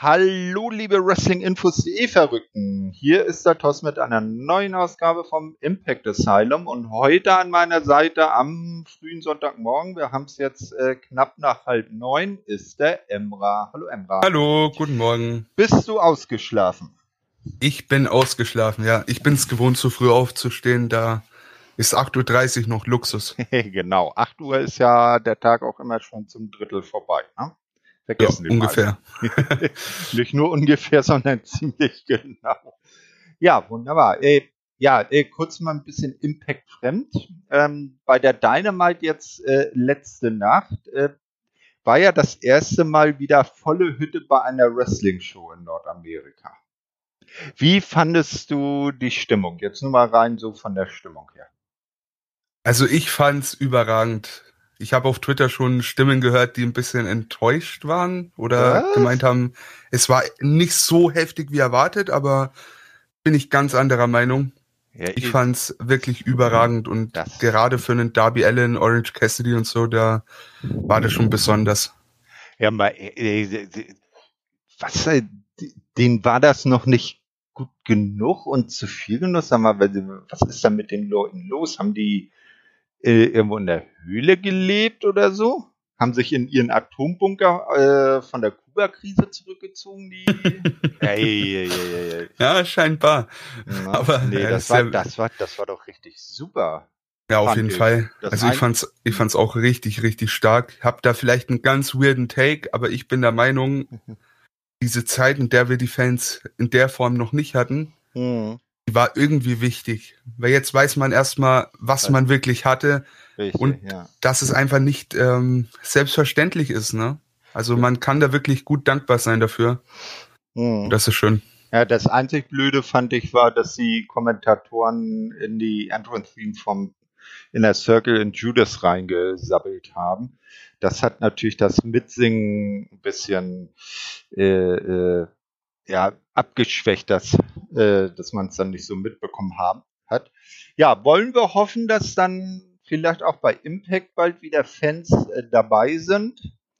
Hallo, liebe Wrestlinginfos.de Verrückten. Hier ist der Toss mit einer neuen Ausgabe vom Impact Asylum und heute an meiner Seite am frühen Sonntagmorgen, wir haben es jetzt knapp nach 8:30, ist der Emra. Hallo Emra. Hallo, guten Morgen. Bist du ausgeschlafen? Ich bin ausgeschlafen, ja. Ich bin es gewohnt, so früh aufzustehen, da ist 8:30 Uhr noch Luxus. Genau, 8 Uhr ist ja der Tag auch immer schon zum Drittel vorbei, ne? Vergessen ja, die ungefähr. Nicht nur ungefähr, sondern ziemlich genau. Ja, wunderbar. Kurz mal ein bisschen Impact fremd. Bei der Dynamite jetzt letzte Nacht war ja das erste Mal wieder volle Hütte bei einer Wrestling-Show in Nordamerika. Wie fandest du die Stimmung? Jetzt nur mal rein so von der Stimmung her. Also ich fand's überragend. Ich habe auf Twitter schon Stimmen gehört, die ein bisschen enttäuscht waren oder gemeint haben, es war nicht so heftig wie erwartet, aber bin ich ganz anderer Meinung. Ja, ich fand's wirklich überragend und gerade für einen Darby Allin, Orange Cassidy und so, da war das schon besonders. Ja, mal, denen war das noch nicht gut genug und zu viel genug? Sag mal, was ist da mit den Leuten los? Haben die irgendwo in der Höhle gelebt oder so? Haben sich in ihren Atombunker von der Kuba-Krise zurückgezogen? Ja, scheinbar. Na, aber nee, das war doch richtig super. Ja, auf jeden Fall. Also ich fand's auch richtig, richtig stark. Hab da vielleicht einen ganz weirden Take, aber ich bin der Meinung, diese Zeit, in der wir die Fans in der Form noch nicht hatten, die war irgendwie wichtig. Weil jetzt weiß man erstmal, was man wirklich hatte. Richtig, und dass es einfach nicht selbstverständlich ist, ne? Also man kann da wirklich gut dankbar sein dafür. Und das ist schön. Ja, das einzig Blöde fand ich war, dass die Kommentatoren in die Entrance-Theme vom Inner Circle in Judas reingesabbelt haben. Das hat natürlich das Mitsingen ein bisschen abgeschwächt, dass man es dann nicht so mitbekommen hat. Ja, wollen wir hoffen, dass dann vielleicht auch bei Impact bald wieder Fans dabei sind.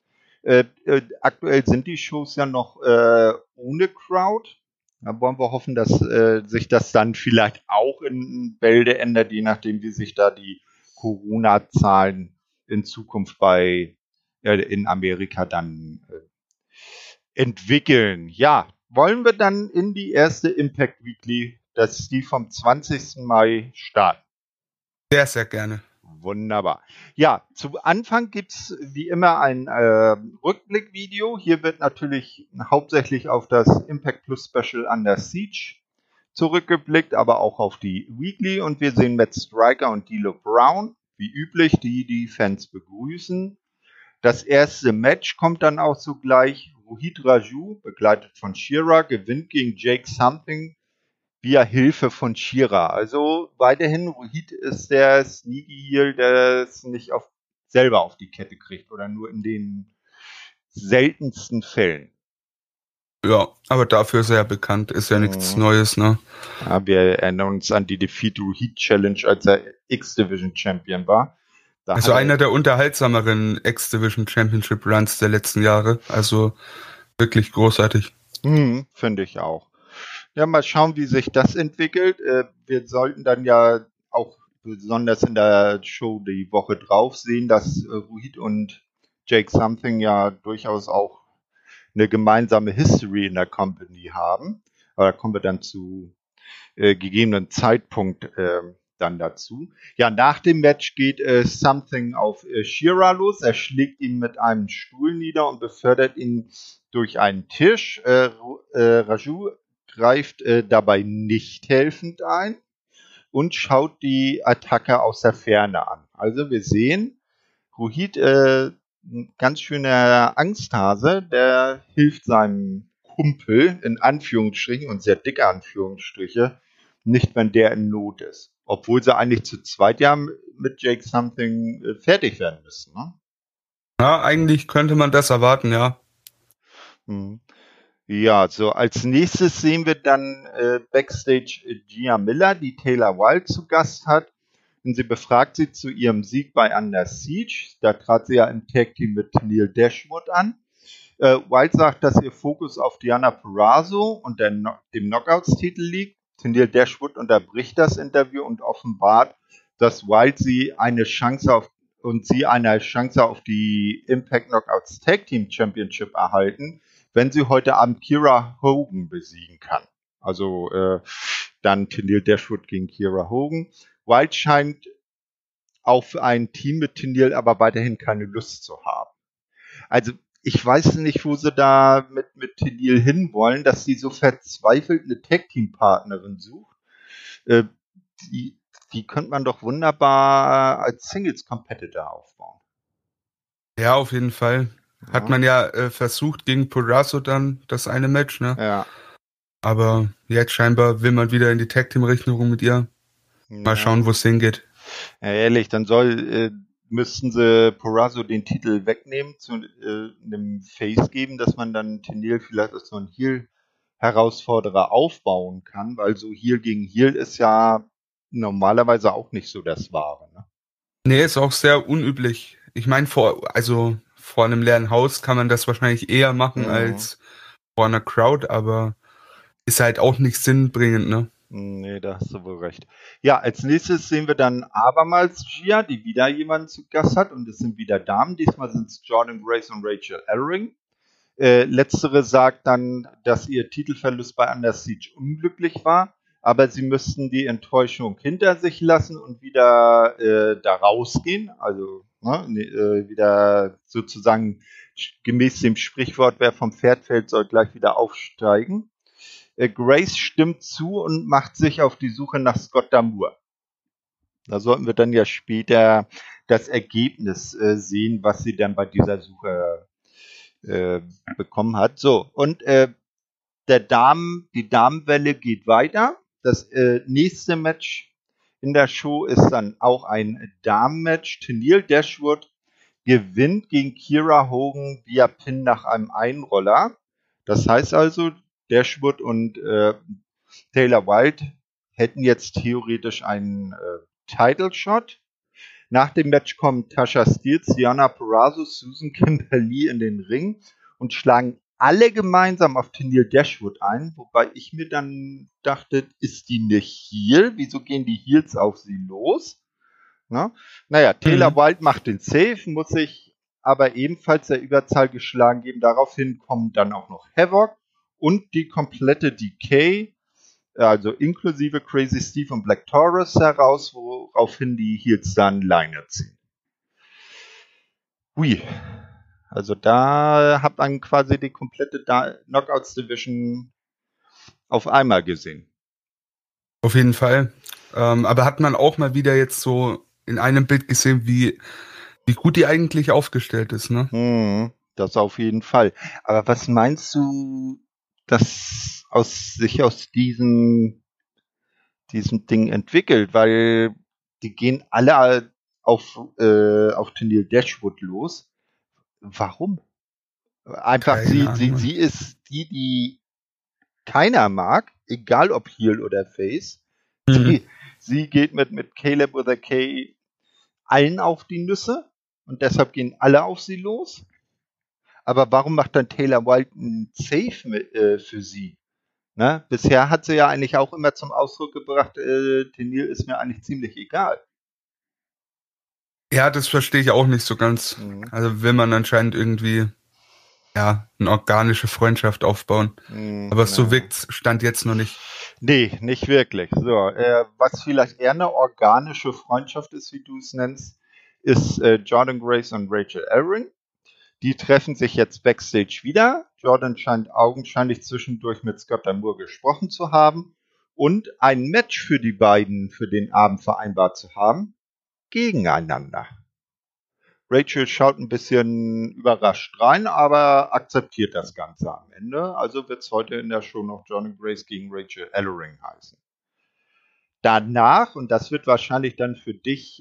Aktuell sind die Shows ja noch ohne Crowd. Da wollen wir hoffen, dass sich das dann vielleicht auch in Bälde ändert, je nachdem, wie sich da die Corona-Zahlen in Zukunft in Amerika dann entwickeln. Ja, wollen wir dann in die erste Impact Weekly, dass die vom 20. Mai starten? Sehr, sehr gerne. Wunderbar. Ja, zu Anfang gibt's wie immer ein Rückblickvideo. Hier wird natürlich hauptsächlich auf das Impact Plus Special Under Siege zurückgeblickt, aber auch auf die Weekly. Und wir sehen Matt Striker und D'Lo Brown, wie üblich, die Fans begrüßen. Das erste Match kommt dann auch sogleich. Rohit Raju, begleitet von Shera, gewinnt gegen Jake Something via Hilfe von Shera. Also weiterhin, Rohit ist der Sneaky Heel, der es nicht selber auf die Kette kriegt oder nur in den seltensten Fällen. Ja, aber dafür ist er ja bekannt, ist ja nichts Neues, ne? Ja, wir erinnern uns an die Defeat Rohit Challenge, als er X-Division Champion war. Also einer der unterhaltsameren X-Division Championship Runs der letzten Jahre. Also wirklich großartig. Finde ich auch. Ja, mal schauen, wie sich das entwickelt. Wir sollten dann ja auch besonders in der Show die Woche drauf sehen, dass Rohit und Jake Something ja durchaus auch eine gemeinsame History in der Company haben. Aber da kommen wir dann zu gegebenen Zeitpunkt dann dazu. Ja, nach dem Match geht Something auf Shera los. Er schlägt ihn mit einem Stuhl nieder und befördert ihn durch einen Tisch. Raju greift dabei nicht helfend ein und schaut die Attacke aus der Ferne an. Also wir sehen, Rohit, ein ganz schöner Angsthase, der hilft seinem Kumpel, in Anführungsstrichen und sehr dicke Anführungsstriche, nicht, wenn der in Not ist. Obwohl sie eigentlich zu zweit ja mit Jake Something fertig werden müssen. Ne? Ja, eigentlich könnte man das erwarten, ja. Ja, so als nächstes sehen wir dann Backstage Gia Miller, die Taylor Wilde zu Gast hat. Und sie befragt sie zu ihrem Sieg bei Under Siege. Da trat sie ja im Tag Team mit Neil Dashwood an. White sagt, dass ihr Fokus auf Diana Purrazzo und dem Knockouts-Titel liegt. Tennille Dashwood unterbricht das Interview und offenbart, dass White eine Chance auf die Impact Knockouts Tag Team Championship erhalten, wenn sie heute Abend Kiera Hogan besiegen kann. Also dann Tennille Dashwood gegen Kiera Hogan. White scheint auf ein Team mit Tennille aber weiterhin keine Lust zu haben. Also ich weiß nicht, wo sie da mit Tennille hinwollen, dass sie so verzweifelt eine Tag-Team-Partnerin sucht. Die könnte man doch wunderbar als Singles-Competitor aufbauen. Ja, auf jeden Fall. Hat man ja versucht gegen Purrazzo dann das eine Match, ne? Ja. Aber jetzt scheinbar will man wieder in die Tag-Team-Richtung mit ihr. Mal schauen, wo es hingeht. Ja, ehrlich, dann müssten sie Purrazzo den Titel wegnehmen, zu einem Face geben, dass man dann Tennille vielleicht als so ein Heel-Herausforderer aufbauen kann, weil so Heel gegen Heel ist ja normalerweise auch nicht so das Wahre. Ne? Nee, ist auch sehr unüblich. Ich meine, vor einem leeren Haus kann man das wahrscheinlich eher machen als vor einer Crowd, aber ist halt auch nicht sinnbringend, ne? Nee, da hast du wohl recht. Ja, als nächstes sehen wir dann abermals Gia, die wieder jemanden zu Gast hat und es sind wieder Damen. Diesmal sind es Jordynne Grace und Rachel Ellering. Letztere sagt dann, dass ihr Titelverlust bei Under Siege unglücklich war, aber sie müssten die Enttäuschung hinter sich lassen und wieder da rausgehen. Also wieder sozusagen gemäß dem Sprichwort, wer vom Pferd fällt, soll gleich wieder aufsteigen. Grace stimmt zu und macht sich auf die Suche nach Scott D'Amour. Da sollten wir dann ja später das Ergebnis sehen, was sie dann bei dieser Suche bekommen hat. So, und die Damenwelle geht weiter. Das nächste Match in der Show ist dann auch ein Damenmatch. Tennille Dashwood gewinnt gegen Kiera Hogan via Pin nach einem Einroller. Das heißt also, Dashwood und Taylor Wilde hätten jetzt theoretisch einen Title Shot. Nach dem Match kommen Tasha Steelz, Diana Purrazzo, Susan Kimberly in den Ring und schlagen alle gemeinsam auf Tennille Dashwood ein, wobei ich mir dann dachte, ist die nicht Heel? Wieso gehen die Heels auf sie los? Naja, Taylor Wilde macht den Save, muss sich aber ebenfalls der Überzahl geschlagen geben. Daraufhin kommen dann auch noch Havoc und die komplette Decay, also inklusive Crazy Steve und Black Taurus heraus, woraufhin die Heels dann Leine ziehen. Hui. Also da hat man quasi die komplette Knockouts Division auf einmal gesehen. Auf jeden Fall. Aber hat man auch mal wieder jetzt so in einem Bild gesehen, wie gut die eigentlich aufgestellt ist, ne? Das auf jeden Fall. Aber was meinst du, dass sich aus diesem Ding entwickelt? Weil die gehen alle auf Tennille Dashwood los. Warum? Einfach sie ist die keiner mag, egal ob Heel oder Face. Sie geht mit Caleb with a K allen auf die Nüsse und deshalb gehen alle auf sie los. Aber warum macht dann Taylor Wilde ein Save für sie? Ne? Bisher hat sie ja eigentlich auch immer zum Ausdruck gebracht, Tennille ist mir eigentlich ziemlich egal. Ja, das verstehe ich auch nicht so ganz. Also will man anscheinend irgendwie eine organische Freundschaft aufbauen. Aber so wirkt's Stand jetzt noch nicht. Nee, nicht wirklich. So, was vielleicht eher eine organische Freundschaft ist, wie du es nennst, ist Jordynne Grace und Rachel Ellering. Die treffen sich jetzt backstage wieder. Jordynne scheint augenscheinlich zwischendurch mit Scott D'Amour gesprochen zu haben und ein Match für die beiden für den Abend vereinbart zu haben, gegeneinander. Rachel schaut ein bisschen überrascht rein, aber akzeptiert das Ganze am Ende. Also wird es heute in der Show noch Jordynne Grace gegen Rachel Ellering heißen. Danach, und das wird wahrscheinlich dann für dich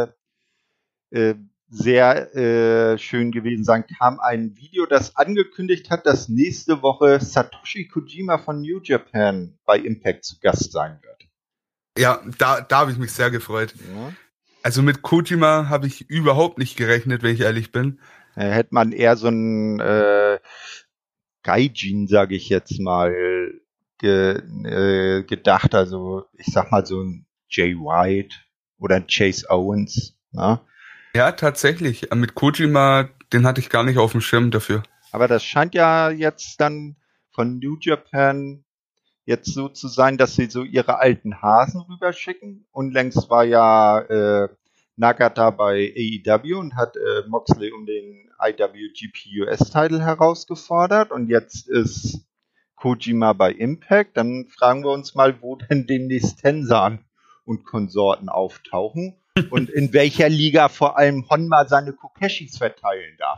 sehr schön gewesen sein, kam ein Video, das angekündigt hat, dass nächste Woche Satoshi Kojima von New Japan bei Impact zu Gast sein wird. Ja, da habe ich mich sehr gefreut. Ja. Also mit Kojima habe ich überhaupt nicht gerechnet, wenn ich ehrlich bin. Hätte man eher so ein Gaijin, sage ich jetzt mal, gedacht. Also ich sag mal so ein Jay White oder ein Chase Owens. Ne? Ja, tatsächlich. Mit Kojima, den hatte ich gar nicht auf dem Schirm dafür. Aber das scheint ja jetzt dann von New Japan jetzt so zu sein, dass sie so ihre alten Hasen rüberschicken. Unlängst war ja Nagata bei AEW und hat Moxley um den IWGP US-Title herausgefordert. Und jetzt ist Kojima bei Impact. Dann fragen wir uns mal, wo denn demnächst Tenzan und Konsorten auftauchen und in welcher Liga vor allem Honma seine Kokeshis verteilen darf.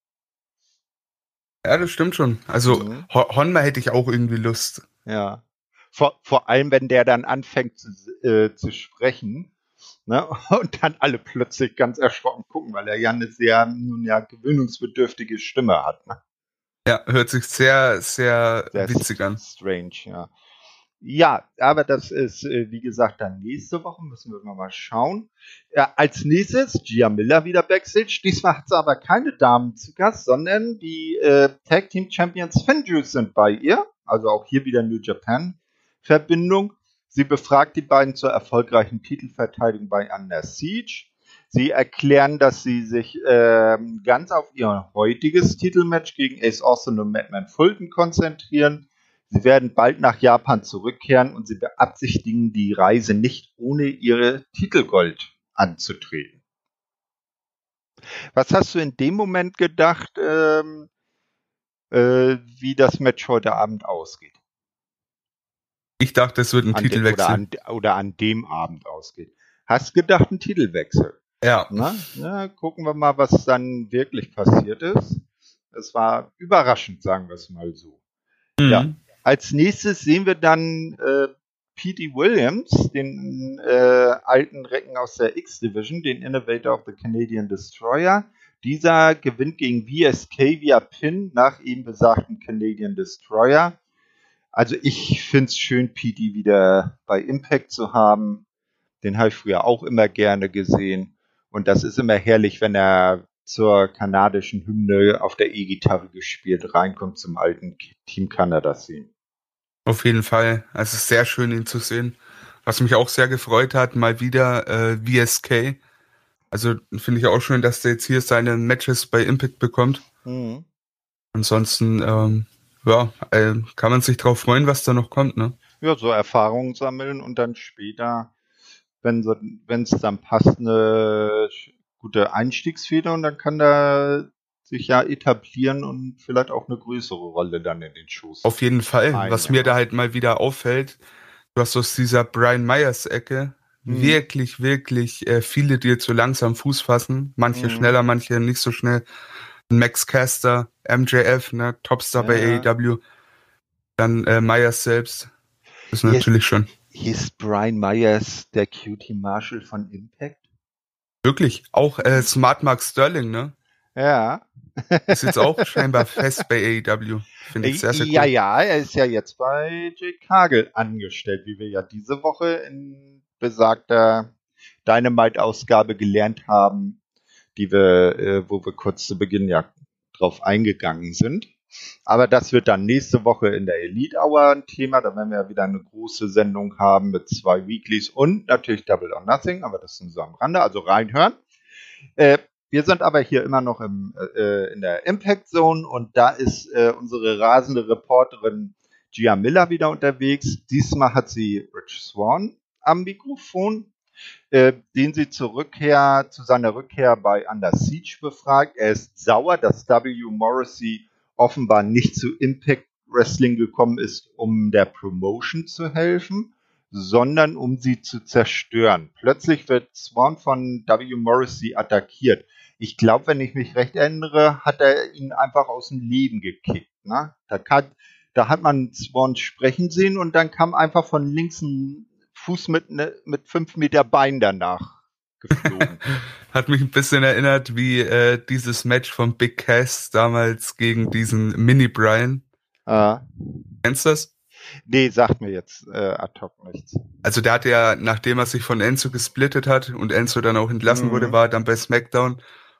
Ja, das stimmt schon. Also Honma hätte ich auch irgendwie Lust. Ja. Vor allem, wenn der dann anfängt zu sprechen, ne? Und dann alle plötzlich ganz erschrocken gucken, weil er ja eine sehr gewöhnungsbedürftige Stimme hat. Ne? Ja, hört sich sehr, sehr witzig an. Strange, ja. Ja, aber das ist, wie gesagt, dann nächste Woche, müssen wir mal schauen. Ja, als nächstes Gia Miller wieder Backstage. Diesmal hat sie aber keine Damen zu Gast, sondern die Tag Team Champions Finjuice sind bei ihr. Also auch hier wieder New Japan Verbindung. Sie befragt die beiden zur erfolgreichen Titelverteidigung bei Under Siege. Sie erklären, dass sie sich ganz auf ihr heutiges Titelmatch gegen Ace Austin und Madman Fulton konzentrieren. Sie werden bald nach Japan zurückkehren und sie beabsichtigen, die Reise nicht ohne ihre Titelgold anzutreten. Was hast du in dem Moment gedacht, wie das Match heute Abend ausgeht? Ich dachte, es wird ein Titelwechsel. Oder an dem Abend ausgeht. Hast gedacht, ein Titelwechsel? Ja. Na, gucken wir mal, was dann wirklich passiert ist. Es war überraschend, sagen wir es mal so. Ja. Als nächstes sehen wir dann Petey Williams, den alten Recken aus der X-Division, den Innovator of the Canadian Destroyer. Dieser gewinnt gegen VSK via Pin nach ihm besagten Canadian Destroyer. Also ich finde es schön, Petey wieder bei Impact zu haben. Den habe ich früher auch immer gerne gesehen. Und das ist immer herrlich, wenn er zur kanadischen Hymne auf der E-Gitarre gespielt reinkommt zum alten Team Canada-Scene. Auf jeden Fall. Es ist sehr schön, ihn zu sehen. Was mich auch sehr gefreut hat, mal wieder VSK. Also finde ich auch schön, dass der jetzt hier seine Matches bei Impact bekommt. Ansonsten, kann man sich drauf freuen, was da noch kommt, ne? Ja, so Erfahrungen sammeln und dann später, wenn es dann passt, eine gute Einstiegsfeder und dann kann der sich ja etablieren und vielleicht auch eine größere Rolle dann in den Shows. Auf jeden Fall. Was mir da halt mal wieder auffällt, du hast aus dieser Brian Myers Ecke wirklich viele, die jetzt so langsam Fuß fassen. Manche schneller, manche nicht so schnell. Max Caster, MJF, ne, Topstar bei AEW. Dann Myers selbst. Das ist natürlich schon. Hieß Brian Myers der QT Marshall von Impact? Wirklich. Auch Smart Mark Sterling, ne? Ja. Ist jetzt auch scheinbar fest bei AEW. Finde ich sehr, sehr cool. Ja, er ist ja jetzt bei Jake Cargill angestellt, wie wir ja diese Woche in besagter Dynamite-Ausgabe gelernt haben, wo wir kurz zu Beginn ja drauf eingegangen sind. Aber das wird dann nächste Woche in der Elite Hour ein Thema. Da werden wir ja wieder eine große Sendung haben mit 2 Weeklies und natürlich Double or Nothing, aber das sind so am Rande, also reinhören. Wir sind aber hier immer noch in der Impact Zone und da ist unsere rasende Reporterin Gia Miller wieder unterwegs. Diesmal hat sie Rich Swann am Mikrofon, den sie zu seiner Rückkehr bei Under Siege befragt. Er ist sauer, dass W. Morrissey offenbar nicht zu Impact Wrestling gekommen ist, um der Promotion zu helfen, sondern um sie zu zerstören. Plötzlich wird Swann von W. Morrissey attackiert. Ich glaube, wenn ich mich recht erinnere, hat er ihn einfach aus dem Leben gekickt. Ne? Da hat man Swann sprechen sehen und dann kam einfach von links ein Fuß mit 5 Meter Bein danach geflogen. Hat mich ein bisschen erinnert wie dieses Match von Big Cass damals gegen diesen Mini Brian. Kennst du das? Nee, sagt mir jetzt ad hoc nichts. Also der hatte ja, nachdem er sich von Enzo gesplittet hat und Enzo dann auch entlassen wurde, war er dann bei SmackDown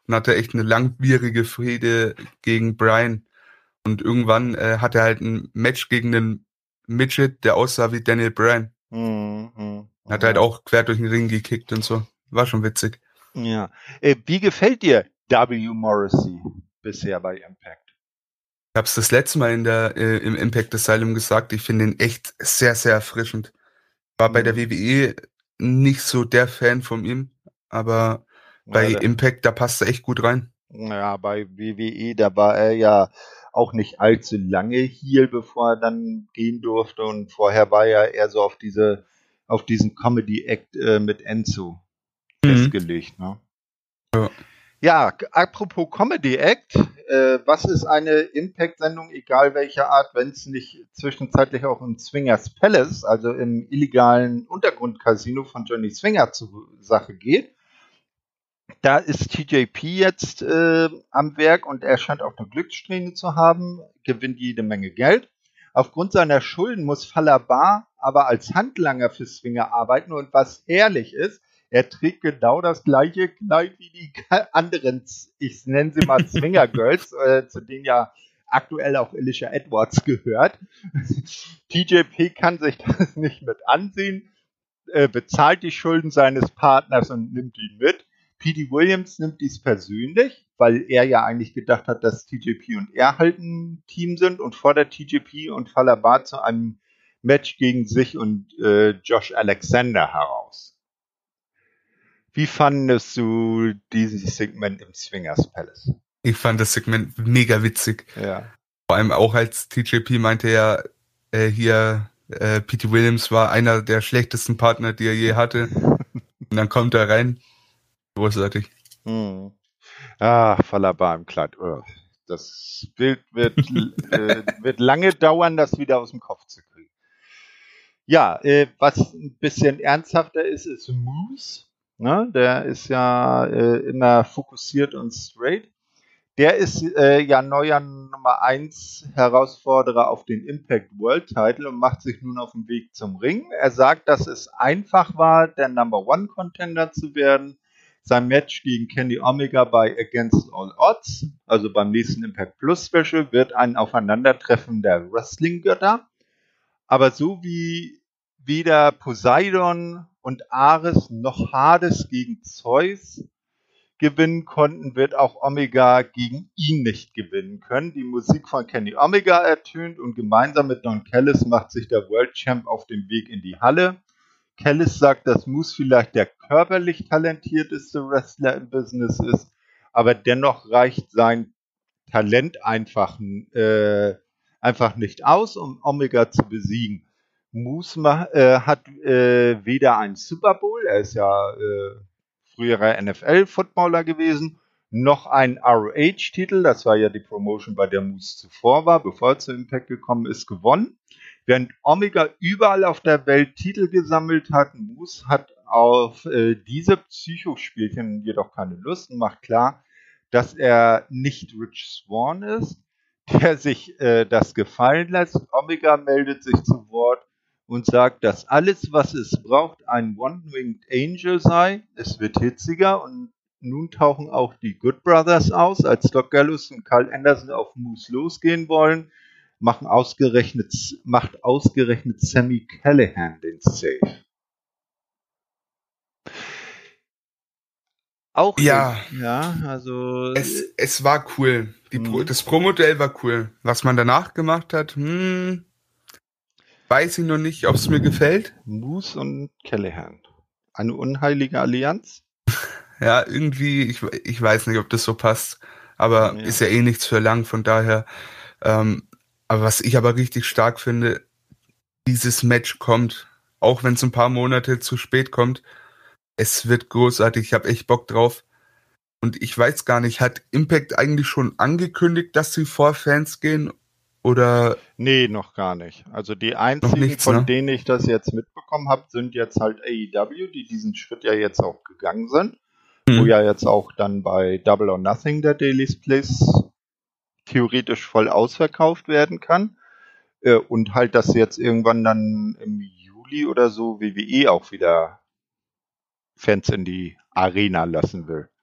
und hatte echt eine langwierige Fehde gegen Bryan. Und irgendwann hat er halt ein Match gegen einen Midget, der aussah wie Daniel Bryan. Hat halt auch quer durch den Ring gekickt und so. War schon witzig. Ja. Wie gefällt dir W. Morrissey bisher bei Impact? Ich habe es das letzte Mal im Impact Asylum gesagt. Ich finde ihn echt sehr, sehr erfrischend. War bei der WWE nicht so der Fan von ihm, aber bei Impact, da passt er echt gut rein. Ja, bei WWE, da war er ja auch nicht allzu lange Heel, bevor er dann gehen durfte. Und vorher war er eher so auf diesen Comedy-Act mit Enzo festgelegt. Ne? Ja, apropos Comedy-Act, was ist eine Impact-Sendung, egal welcher Art, wenn es nicht zwischenzeitlich auch im Swingers Palace, also im illegalen Untergrundcasino von Johnny Swinger zur Sache geht? Da ist TJP jetzt am Werk und er scheint auch eine Glückssträhne zu haben, gewinnt jede Menge Geld. Aufgrund seiner Schulden muss Falaba aber als Handlanger für Swinger arbeiten und was herrlich ist, er trägt genau das gleiche Kleid wie die anderen, ich nenne sie mal Swinger Girls, zu denen ja aktuell auch Alicia Edwards gehört. TJP kann sich das nicht mit ansehen, bezahlt die Schulden seines Partners und nimmt ihn mit. Petey Williams nimmt dies persönlich, weil er ja eigentlich gedacht hat, dass TJP und er halt ein Team sind und fordert TJP und Falaba zu einem Match gegen sich und Josh Alexander heraus. Wie fandest du dieses Segment im Swingers Palace? Ich fand das Segment mega witzig. Ja. Vor allem auch als TJP meinte ja, Petey Williams war einer der schlechtesten Partner, die er je hatte. Und dann kommt er rein. Großartig. Falaba im Kleid. Oh, das Bild wird lange dauern, das wieder aus dem Kopf zu kriegen. Ja, was ein bisschen ernsthafter ist Moose. Ne? Der ist ja immer fokussiert und straight. Der ist ja neuer Nummer 1 Herausforderer auf den Impact World Title und macht sich nun auf den Weg zum Ring. Er sagt, dass es einfach war, der Number 1 Contender zu werden. Sein Match gegen Kenny Omega bei Against All Odds, also beim nächsten Impact Plus Special, wird ein Aufeinandertreffen der Wrestling-Götter. Aber so wie weder Poseidon und Ares noch Hades gegen Zeus gewinnen konnten, wird auch Omega gegen ihn nicht gewinnen können. Die Musik von Kenny Omega ertönt und gemeinsam mit Don Callis macht sich der World Champ auf den Weg in die Halle. Callis sagt, dass Moose vielleicht der körperlich talentierteste Wrestler im Business ist, aber dennoch reicht sein Talent einfach nicht aus, um Omega zu besiegen. Moose hat weder einen Super Bowl, er ist ja früherer NFL-Footballer gewesen, noch einen ROH-Titel, das war ja die Promotion, bei der Moose zuvor war, bevor er zu Impact gekommen ist, gewonnen. Während Omega überall auf der Welt Titel gesammelt hat, Moose hat auf diese Psychospielchen jedoch keine Lust und macht klar, dass er nicht Rich Swann ist, der sich das gefallen lässt. Omega meldet sich zu Wort und sagt, dass alles, was es braucht, ein One-Winged Angel sei. Es wird hitziger und nun tauchen auch die Good Brothers aus, als Doc Gallows und Carl Anderson auf Moose losgehen wollen. Macht ausgerechnet Sami Callihan den Save. Auch ja, also es war cool. Das Pro-Modell war cool. Was man danach gemacht hat, weiß ich noch nicht, ob es mir gefällt. Moose und Callihan. Eine unheilige Allianz? Ja, irgendwie, ich weiß nicht, ob das so passt. Aber ist ja eh nichts für lang, von daher. Aber was ich aber richtig stark finde, dieses Match kommt, auch wenn es ein paar Monate zu spät kommt, es wird großartig, ich habe echt Bock drauf. Und ich weiß gar nicht, hat Impact eigentlich schon angekündigt, dass sie vor Fans gehen? Oder? Nee, noch gar nicht. Also die einzigen, von denen ich das jetzt mitbekommen habe, sind jetzt halt AEW, die diesen Schritt ja jetzt auch gegangen sind. Wo ja jetzt auch dann bei Double or Nothing der Daily's Place theoretisch voll ausverkauft werden kann. Und halt, dass jetzt irgendwann dann im Juli oder so WWE auch wieder Fans in die Arena lassen will.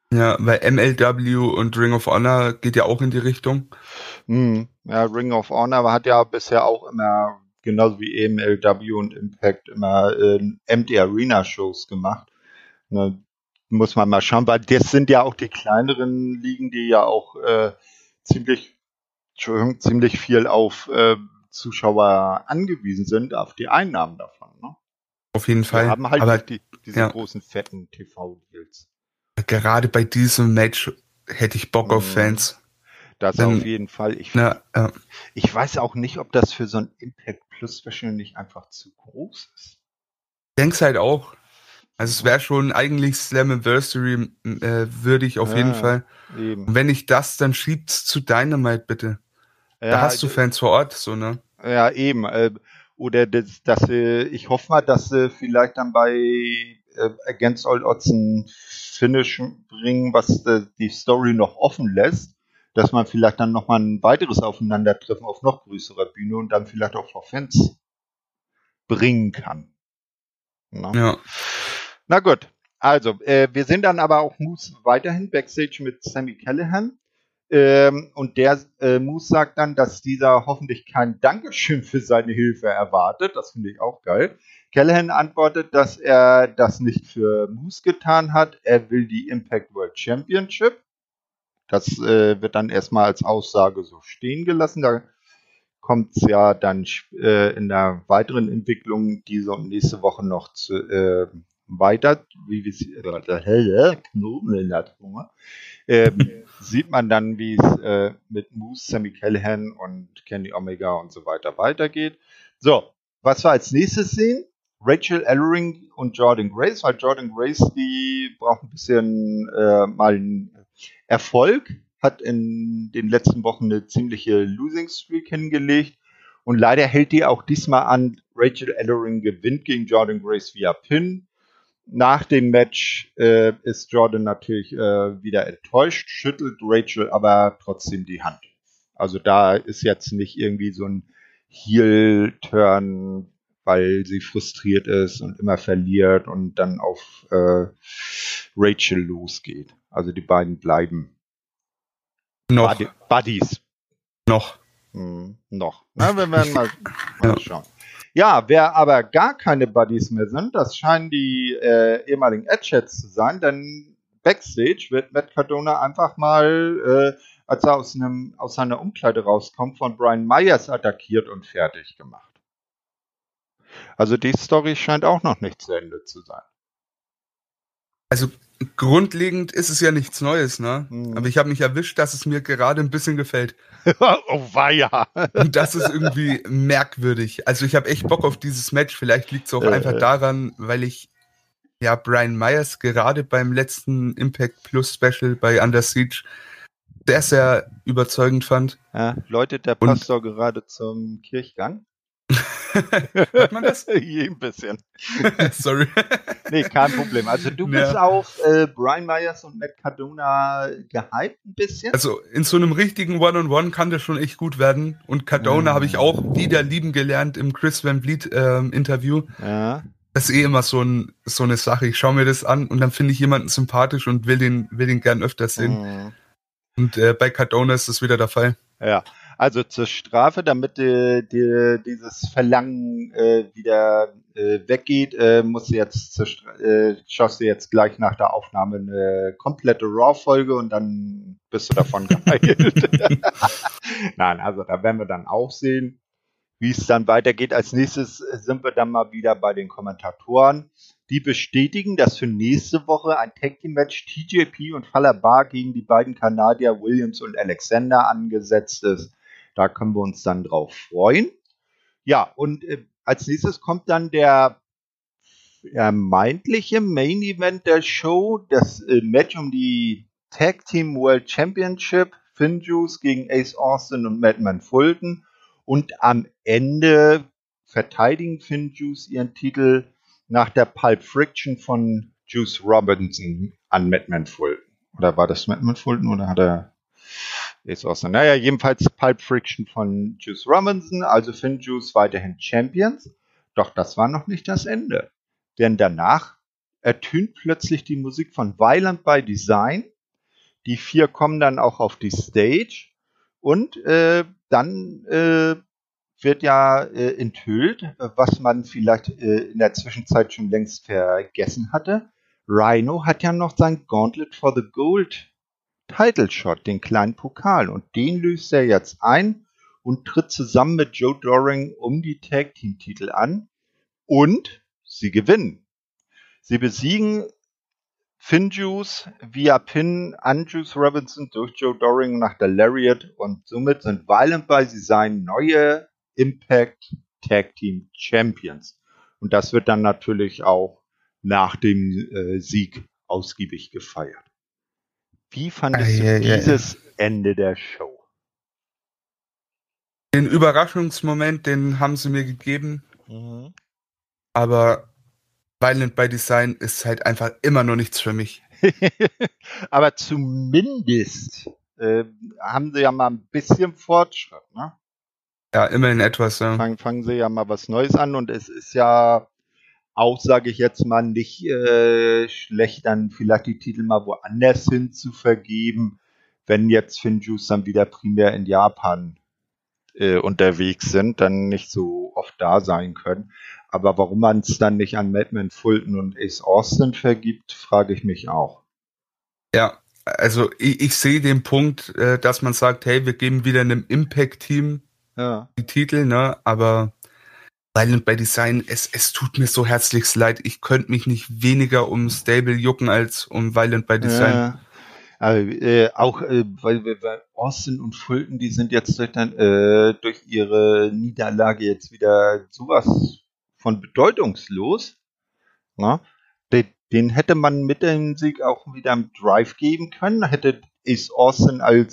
Ja, weil MLW und Ring of Honor geht ja auch in die Richtung. Ja, Ring of Honor hat ja bisher auch immer, genauso wie MLW und Impact, immer Empty Arena Shows gemacht. Ne, muss man mal schauen, weil das sind ja auch die kleineren Ligen, die ja auch ziemlich, Entschuldigung, ziemlich viel auf Zuschauer angewiesen sind, auf die Einnahmen davon. Ne? Auf jeden Die Fall. haben halt Aber nicht diese ja, großen, fetten TV-Deals. gerade bei diesem Match hätte ich Bock auf Mhm. Fans. Das auf Denn, jeden Fall. na, Ich weiß auch nicht, ob das für so ein Impact Plus Special nicht einfach zu groß ist. denk's halt auch. Also es Ja, wäre schon eigentlich Slammiversary würdig auf jeden ja, Fall. eben. Und wenn nicht das, dann schiebt's zu Dynamite bitte. Da Ja, hast du Fans vor Ort, so, ne? ja, eben. Oder ich hoffe mal, dass sie vielleicht dann bei Against All Odds ein Finish bringen, was die Story noch offen lässt, dass man vielleicht dann nochmal ein weiteres Aufeinandertreffen auf noch größerer Bühne und dann vielleicht auch vor Fans bringen kann. Ne? Ja. Na gut, also wir sind dann aber auch Moose weiterhin Backstage mit Sami Callihan. Und der Moose sagt dann, dass dieser hoffentlich kein Dankeschön für seine Hilfe erwartet. Das finde ich auch geil. Callahan antwortet, dass er das nicht für Moose getan hat. Er will die Impact World Championship. Das wird dann erstmal als Aussage so stehen gelassen. Da kommt es ja dann in der weiteren Entwicklung diese und nächste Woche noch weiter, wie wir Knoten in der Zunge. Sieht man dann, wie es mit Moose, Sami Callihan und Kenny Omega und so weiter weitergeht. So, was wir als nächstes sehen? Rachel Ellering und Jordan Grace, weil Jordan Grace, die braucht ein bisschen mal einen Erfolg, hat in den letzten Wochen eine ziemliche Losing Streak hingelegt und leider hält die auch diesmal an. Rachel Ellering gewinnt gegen Jordan Grace via Pin. Nach dem Match ist Jordan natürlich wieder enttäuscht, schüttelt Rachel aber trotzdem die Hand. Also da ist jetzt nicht irgendwie so ein Heel-Turn, weil sie frustriert ist und immer verliert und dann auf Rachel losgeht. Also die beiden bleiben Noch. Buddies. Noch. Noch. Na, wir werden mal Ja. schauen. Ja, wer aber gar keine Buddies mehr sind, das scheinen die ehemaligen Edgeheads zu sein, denn Backstage wird Matt Cardona einfach mal, als er aus seiner Umkleide rauskommt, von Brian Myers attackiert und fertig gemacht. Also die Story scheint auch noch nicht zu Ende zu sein. Also grundlegend ist es ja nichts Neues, ne? Mhm. Aber ich habe mich erwischt, dass es mir gerade ein bisschen gefällt. Oh weia. Und das ist irgendwie merkwürdig. Also ich habe echt Bock auf dieses Match. Vielleicht liegt es auch einfach daran, weil ich ja Brian Myers gerade beim letzten Impact Plus Special bei Under Siege sehr, sehr überzeugend fand. Ja, läutet der Pastor gerade zum Kirchgang? Hört man das? Ein bisschen. Sorry. Nee, kein Problem. Also du bist auf Brian Myers und Matt Cardona gehypt ein bisschen? Also in so einem richtigen One-on-One kann das schon echt gut werden. Und Cardona habe ich auch wieder lieben gelernt im Chris Van Vliet Interview. Ja. Das ist eh immer so eine Sache. Ich schaue mir das an und dann finde ich jemanden sympathisch und will den gern öfter sehen. Und bei Cardona ist das wieder der Fall. Ja, also zur Strafe, damit dieses Verlangen wieder weggeht, schaust du jetzt gleich nach der Aufnahme eine komplette Raw-Folge und dann bist du davon geheilt. Nein, also da werden wir dann auch sehen, wie es dann weitergeht. Als nächstes sind wir dann mal wieder bei den Kommentatoren. Die bestätigen, dass für nächste Woche ein Tag Team Match TJP und Fallah Bahh gegen die beiden Kanadier Williams und Alexander angesetzt ist. Da können wir uns dann drauf freuen. Ja, und als nächstes kommt dann der vermeintliche Main Event der Show, das Match um die Tag Team World Championship, Finjuice gegen Ace Austin und Madman Fulton. Und am Ende verteidigen Finjuice ihren Titel nach der Pulp Friction von Juice Robinson an Madman Fulton. Oder war das Madman Fulton oder hat er Ace Austin? Naja, jedenfalls Pulp Friction von Juice Robinson, also Finjuice weiterhin Champions. Doch das war noch nicht das Ende. Denn danach ertönt plötzlich die Musik von Violent by Design Die 4 kommen dann auch auf die Stage und dann wird ja enthüllt, was man vielleicht in der Zwischenzeit schon längst vergessen hatte. Rhino hat ja noch sein Gauntlet for the Gold Title Shot, den kleinen Pokal, und den löst er jetzt ein und tritt zusammen mit Joe Doring um die Tag Team Titel an und sie gewinnen. Sie besiegen Finjuice via Pin an Juice Robinson durch Joe Doring nach der Lariat und somit sind Violent by Design neue Impact Tag Team Champions. Und das wird dann natürlich auch nach dem Sieg ausgiebig gefeiert. Wie fandest du dieses Ende der Show? Den Überraschungsmoment, den haben sie mir gegeben. Mhm. Aber Violent by Design ist halt einfach immer noch nichts für mich. Aber zumindest haben sie ja mal ein bisschen Fortschritt, ne? Ja, immerhin etwas. Ja. Fangen sie ja mal was Neues an und es ist ja auch, sage ich jetzt mal, nicht schlecht, dann vielleicht die Titel mal woanders hin zu vergeben, wenn jetzt Finjuice dann wieder primär in Japan unterwegs sind, dann nicht so oft da sein können. Aber warum man es dann nicht an Madman Fulton und Ace Austin vergibt, frage ich mich auch. Ja, also ich sehe den Punkt, dass man sagt, hey, wir geben wieder einem Impact-Team die Titel, ne? Aber Violent by Design, es tut mir so herzlichst leid. Ich könnte mich nicht weniger um Stable jucken als um Violent by Design. Weil Austin und Fulton, die sind jetzt durch ihre Niederlage jetzt wieder sowas von bedeutungslos. Na? Den hätte man mit dem Sieg auch wieder einen Drive geben können. Hätte Ace Austin als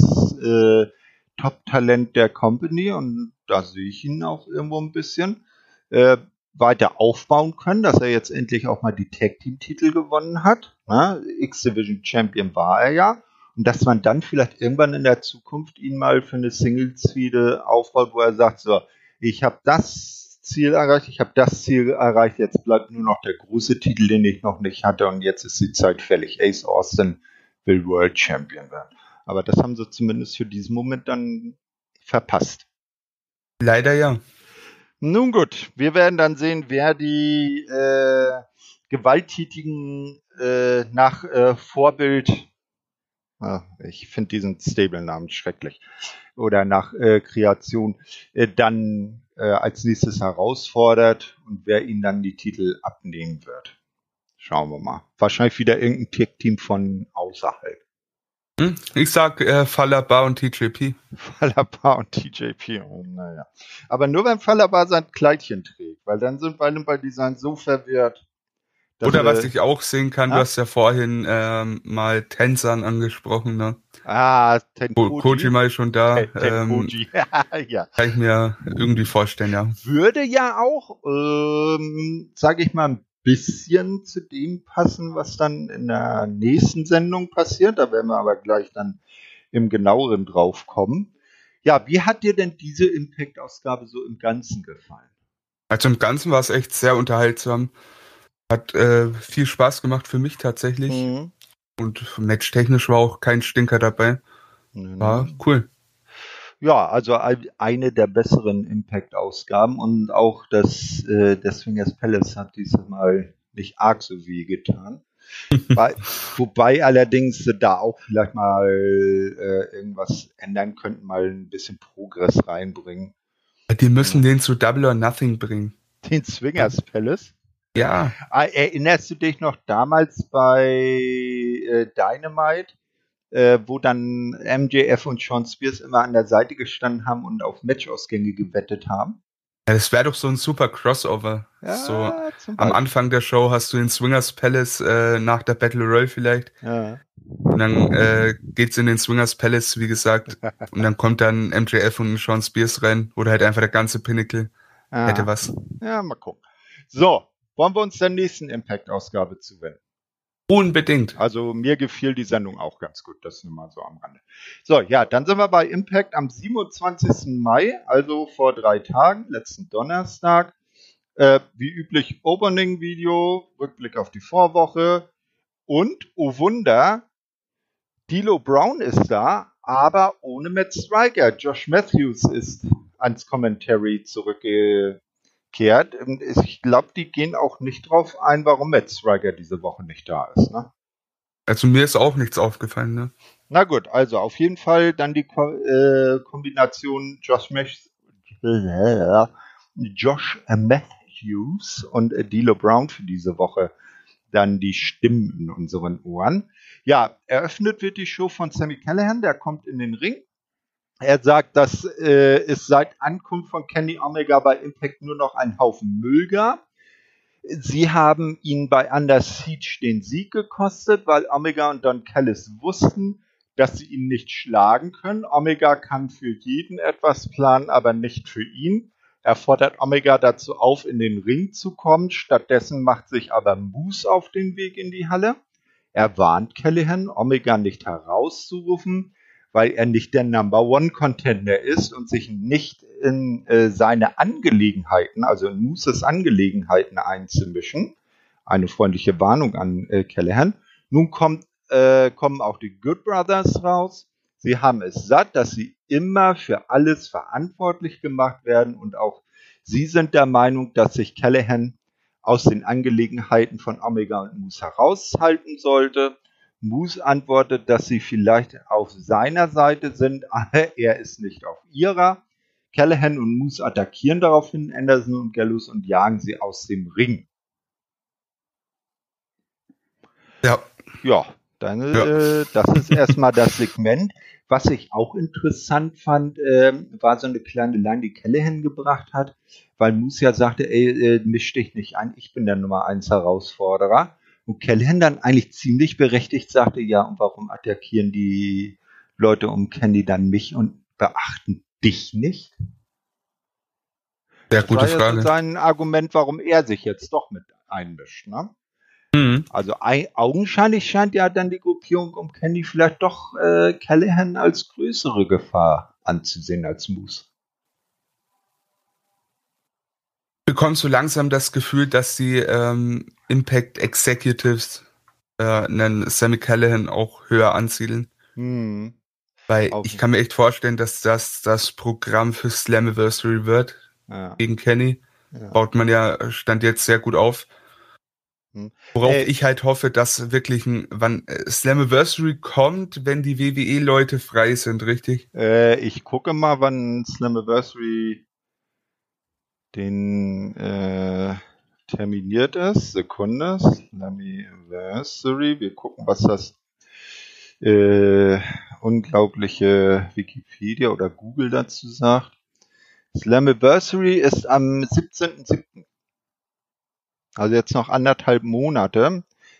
Top-Talent der Company, und da sehe ich ihn auch irgendwo ein bisschen, weiter aufbauen können, dass er jetzt endlich auch mal die Tag-Team-Titel gewonnen hat. X-Division Champion war er ja. Und dass man dann vielleicht irgendwann in der Zukunft ihn mal für eine Singles-Fehde aufbaut, wo er sagt, so, ich habe das Ziel erreicht, jetzt bleibt nur noch der große Titel, den ich noch nicht hatte, und jetzt ist die Zeit fällig. Ace Austin will World Champion werden. Aber das haben sie zumindest für diesen Moment dann verpasst. Leider ja. Nun gut, wir werden dann sehen, wer die Gewalttätigen nach Vorbild, ich finde diesen Stable-Namen schrecklich, oder nach Kreation dann als nächstes herausfordert und wer ihnen dann die Titel abnehmen wird. Schauen wir mal. Wahrscheinlich wieder irgendein Tech-Team von außerhalb. Ich sag Falaba und TJP. Falaba und TJP, naja. Aber nur wenn Falaba sein Kleidchen trägt, weil dann sind beide bei Design so verwirrt. Oder was ich auch sehen kann, du hast ja vorhin mal Tenzan angesprochen, ne? Tenkoji. Kojima ist schon da. Tenkoji, ja. Kann ich mir irgendwie vorstellen, ja. Würde ja auch, sage ich mal, ein bisschen zu dem passen, was dann in der nächsten Sendung passiert. Da werden wir aber gleich dann im Genaueren drauf kommen. Ja, wie hat dir denn diese Impact-Ausgabe so im Ganzen gefallen? Also im Ganzen war es echt sehr unterhaltsam. Hat viel Spaß gemacht für mich tatsächlich. Mhm. Und matchtechnisch war auch kein Stinker dabei. War cool. Ja, also eine der besseren Impact-Ausgaben, und auch das der Swingers Palace hat dieses Mal nicht arg so weh getan. Wobei allerdings sie da auch vielleicht mal irgendwas ändern könnten, mal ein bisschen Progress reinbringen. Die müssen den zu Double or Nothing bringen. Den Swingers Palace? Ja. Erinnerst du dich noch damals bei Dynamite, wo dann MJF und Sean Spears immer an der Seite gestanden haben und auf Matchausgänge gewettet haben? Ja, das wäre doch so ein super Crossover. Ja, so am Anfang der Show hast du den Swingers Palace nach der Battle Royale vielleicht. Ja. Und dann geht's in den Swingers Palace, wie gesagt. Und dann kommt dann MJF und Sean Spears rein. Oder halt einfach der ganze Pinnacle. Hätte was. Ja, mal gucken. So, wollen wir uns der nächsten Impact-Ausgabe zuwenden? Unbedingt. Also mir gefiel die Sendung auch ganz gut, das nur mal so am Rande. So, ja, dann sind wir bei Impact am 27. Mai, also vor 3 Tagen, letzten Donnerstag. Wie üblich Opening-Video, Rückblick auf die Vorwoche und, oh Wunder, D'Lo Brown ist da, aber ohne Matt Striker. Josh Matthews ist ans Commentary zurückgekehrt. Und ich glaube, die gehen auch nicht drauf ein, warum Matt Striker diese Woche nicht da ist. Ne? Also mir ist auch nichts aufgefallen, ne? Na gut, also auf jeden Fall dann die Kombination Josh Matthews und D'Lo Brown für diese Woche dann die Stimmen in unseren Ohren. Ja, eröffnet wird die Show von Sami Callihan, der kommt in den Ring. Er sagt, dass es seit Ankunft von Kenny Omega bei Impact nur noch einen Haufen Müll gab. Sie haben ihn bei Under Siege den Sieg gekostet, weil Omega und Don Callis wussten, dass sie ihn nicht schlagen können. Omega kann für jeden etwas planen, aber nicht für ihn. Er fordert Omega dazu auf, in den Ring zu kommen. Stattdessen macht sich aber Moose auf den Weg in die Halle. Er warnt Callihan, Omega nicht herauszurufen, weil er nicht der Number One Contender ist und sich nicht in seine Angelegenheiten, also in Mooses Angelegenheiten einzumischen. Eine freundliche Warnung an Callihan. Nun kommen auch die Good Brothers raus. Sie haben es satt, dass sie immer für alles verantwortlich gemacht werden und auch sie sind der Meinung, dass sich Callihan aus den Angelegenheiten von Omega und Moose heraushalten sollte. Moose antwortet, dass sie vielleicht auf seiner Seite sind, aber er ist nicht auf ihrer. Callihan und Moose attackieren daraufhin Anderson und Gallows und jagen sie aus dem Ring. Ja, das ist erstmal das Segment. Was ich auch interessant fand, war so eine kleine Line, die Callihan gebracht hat, weil Moose ja sagte, ey, misch dich nicht ein, ich bin der Nummer 1 Herausforderer. Und Callihan dann eigentlich ziemlich berechtigt sagte, ja, und warum attackieren die Leute um Kenny dann mich und beachten dich nicht? Sehr gute Frage. Das war ja so sein Argument, warum er sich jetzt doch mit einmischt, ne? Also augenscheinlich scheint ja dann die Gruppierung um Kenny vielleicht doch Callihan als größere Gefahr anzusehen als Moose. Bekommst du langsam das Gefühl, dass die Impact Executives einen Sami Callihan auch höher ansiedeln? Weil ich kann mir echt vorstellen, dass das Programm für Slammiversary wird gegen Kenny. Ja. Baut man ja Stand jetzt sehr gut auf. Worauf ich halt hoffe, dass wirklich wann Slammiversary kommt, wenn die WWE-Leute frei sind, richtig? Ich gucke mal, wann Slammiversary den terminiert ist. Sekunde. Slammiversary. Wir gucken, was das unglaubliche Wikipedia oder Google dazu sagt. Slammiversary ist am 17.07. Also jetzt noch 1,5 Monate.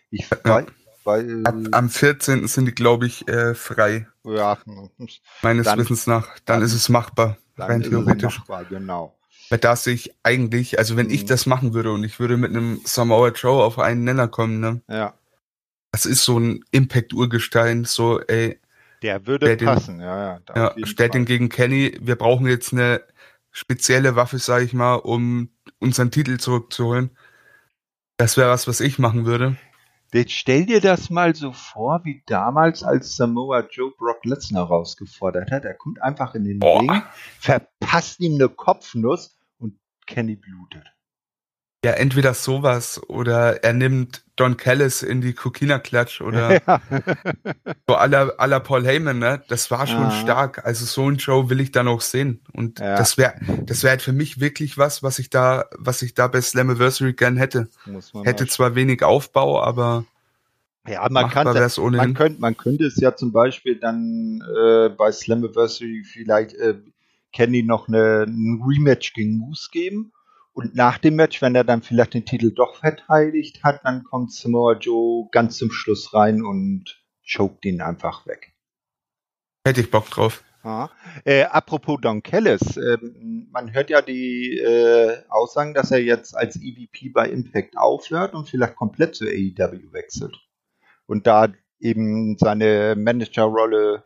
Am 14. sind die, glaube ich, frei. Ja. Meines Wissens nach. Dann ist es machbar. Rein theoretisch. Machbar, genau. Weil da sehe ich eigentlich, also wenn ich das machen würde und ich würde mit einem Samoa Joe auf einen Nenner kommen, ne? Ja. Das ist so ein Impact-Urgestein, so, ey. Der würde passen, ja. Stellt den gegen Kenny. Wir brauchen jetzt eine spezielle Waffe, sag ich mal, um unseren Titel zurückzuholen. Das wäre was ich machen würde. Jetzt stell dir das mal so vor, wie damals, als Samoa Joe Brock Lesnar herausgefordert hat. Er kommt einfach in den Ring, verpasst ihm eine Kopfnuss und Kenny blutet. Ja, entweder sowas oder er nimmt Don Callis in die Kokina-Klatsch oder so à la Paul Heyman, ne? Das war schon stark. Also so ein Show will ich dann auch sehen. Und das wäre halt für mich wirklich was ich da bei Slammiversary gern hätte. Hätte zwar wenig Aufbau, aber man könnte es ja zum Beispiel dann bei Slammiversary vielleicht Kenny noch ein Rematch gegen Moose geben. Und nach dem Match, wenn er dann vielleicht den Titel doch verteidigt hat, dann kommt Samoa Joe ganz zum Schluss rein und choked ihn einfach weg. Hätte ich Bock drauf. Apropos Don Callis, man hört ja die Aussagen, dass er jetzt als EVP bei Impact aufhört und vielleicht komplett zur AEW wechselt. Und da eben seine Managerrolle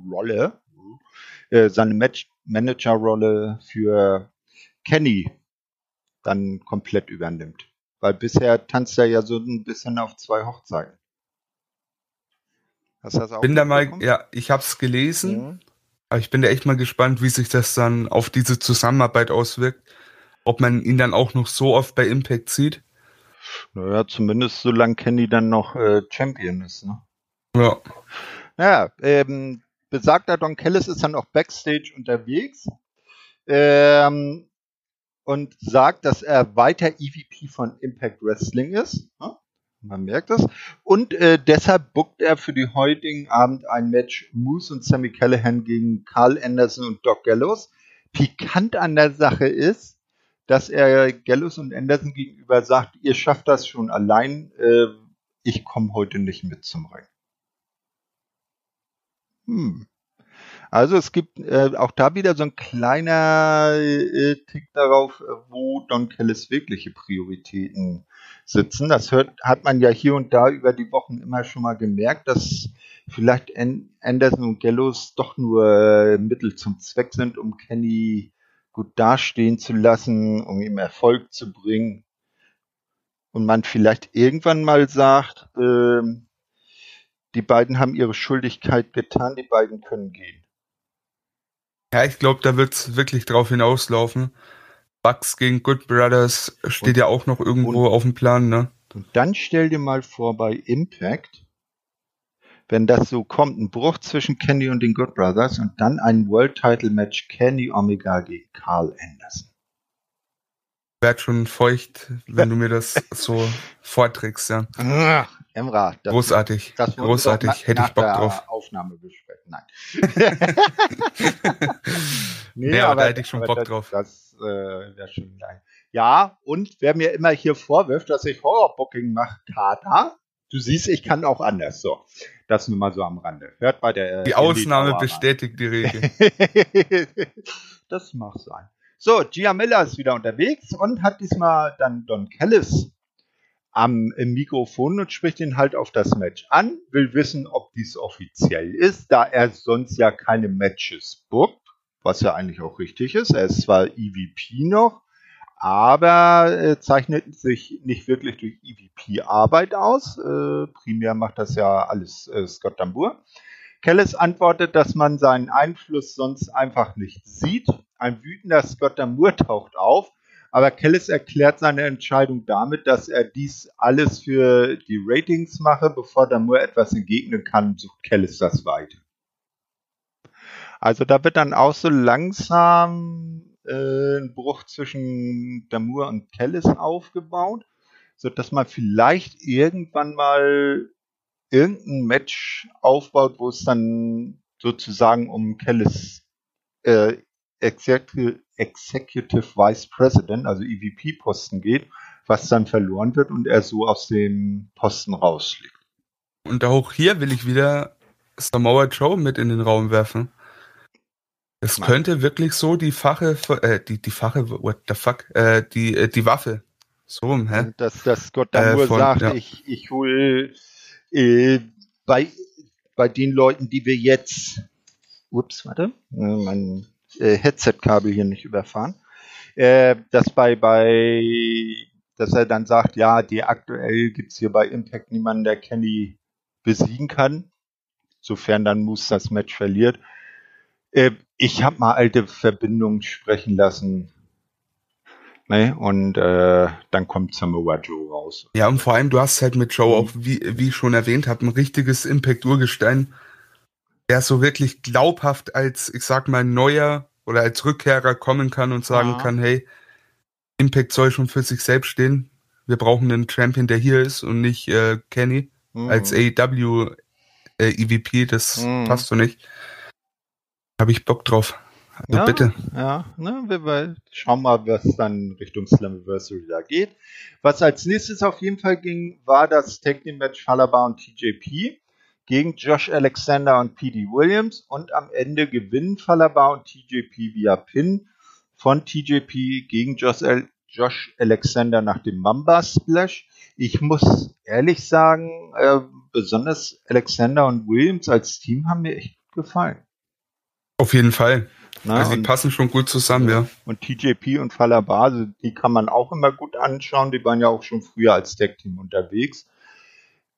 für Kenny dann komplett übernimmt. Weil bisher tanzt er ja so ein bisschen auf 2 Hochzeiten. Hast du das auch Bin da mal, mitbekommen? ja, ich hab's gelesen, Mhm. aber ich bin da echt mal gespannt, wie sich das dann auf diese Zusammenarbeit auswirkt. Ob man ihn dann auch noch so oft bei Impact sieht. Naja, zumindest solange Kenny dann noch Champion ist, ne? Ja. Ja, besagter Don Callis ist dann auch Backstage unterwegs ähm, und sagt, dass er weiter EVP von Impact Wrestling ist. Ne? Man merkt es. Und deshalb bookt er für den heutigen Abend ein Match Moose und Sami Callihan gegen Carl Anderson und Doc Gallows. Pikant an der Sache ist, dass er Gallows und Anderson gegenüber sagt, ihr schafft das schon allein, ich komme heute nicht mit zum Ring. Also es gibt auch da wieder so ein kleiner Tick darauf, wo Don Callis wirkliche Prioritäten sitzen. Das hat man ja hier und da über die Wochen immer schon mal gemerkt, dass vielleicht Anderson und Gallows doch nur Mittel zum Zweck sind, um Kenny gut dastehen zu lassen, um ihm Erfolg zu bringen. Und man vielleicht irgendwann mal sagt, die beiden haben ihre Schuldigkeit getan, die beiden können gehen. Ja, ich glaube, da wird's wirklich drauf hinauslaufen. Bucks gegen Good Brothers steht ja auch noch irgendwo auf dem Plan, ne? Und dann stell dir mal vor, bei Impact, wenn das so kommt, ein Bruch zwischen Kenny und den Good Brothers und dann ein World Title Match Kenny Omega gegen Carl Anderson. Werd schon feucht, wenn du mir das so vorträgst, ja. Emra, großartig. Das großartig. Hätte ich Bock drauf. Aufnahme besprechen. Nein. Nee, ja, aber da hätte ich schon Bock drauf. Das wäre schon geil. Ja, und wer mir immer hier vorwirft, dass ich Horrorbooking mache, Tata, du siehst, ich kann auch anders. So, das nur mal so am Rande. Hört bei der die Ausnahme bestätigt die Regel. Das mag sein. So, Gia Miller ist wieder unterwegs und hat diesmal dann Don Callis am Mikrofon und spricht ihn halt auf das Match an, will wissen, ob dies offiziell ist, da er sonst ja keine Matches bookt, was ja eigentlich auch richtig ist. Er ist zwar EVP noch, aber zeichnet sich nicht wirklich durch EVP-Arbeit aus. Primär macht das ja alles Scott D'Amore. Callis antwortet, dass man seinen Einfluss sonst einfach nicht sieht. Ein wütender Scott D'Amore taucht auf, aber Callis erklärt seine Entscheidung damit, dass er dies alles für die Ratings mache. Bevor D'Amore etwas entgegnen kann, sucht Callis das weiter. Also da wird dann auch so langsam ein Bruch zwischen D'Amore und Callis aufgebaut, sodass man vielleicht irgendwann mal irgendein Match aufbaut, wo es dann sozusagen um Callis Executive Vice President, also EVP-Posten geht, was dann verloren wird und er so aus dem Posten rausfliegt. Und auch hier will ich wieder Samoa Joe mit in den Raum werfen. Es könnte wirklich so die Waffe, so, hä? Dass Scott D'Amore sagt, ja. ich hole bei den Leuten, die wir jetzt, mein Headset-Kabel hier nicht überfahren, dass er dann sagt, ja, aktuell gibt es hier bei Impact niemanden, der Kenny besiegen kann, sofern dann Moose das Match verliert. Ich habe mal alte Verbindungen sprechen lassen. Ne? Und dann kommt Samoa Joe raus. Ja, und vor allem, du hast halt mit Joe auch, wie ich schon erwähnt habe, ein richtiges Impact-Urgestein, der so wirklich glaubhaft als, ich sag mal, neuer oder als Rückkehrer kommen kann und sagen kann, hey, Impact soll schon für sich selbst stehen. Wir brauchen einen Champion, der hier ist und nicht Kenny als AEW EVP. Das passt so nicht. Habe ich Bock drauf. Also bitte. Ja, ne, wir schauen mal, was dann Richtung Slammiversary da geht. Was als nächstes auf jeden Fall ging, war das Tag Team Match Falaba und TJP gegen Josh Alexander und P.D. Williams und am Ende gewinnen Falaba und TJP via Pin von TJP gegen Josh Alexander nach dem Mamba Splash. Ich muss ehrlich sagen, besonders Alexander und Williams als Team haben mir echt gut gefallen. Auf jeden Fall. Also die passen schon gut zusammen, ja. Und TJP und Falaba, die kann man auch immer gut anschauen. Die waren ja auch schon früher als Tag-Team unterwegs.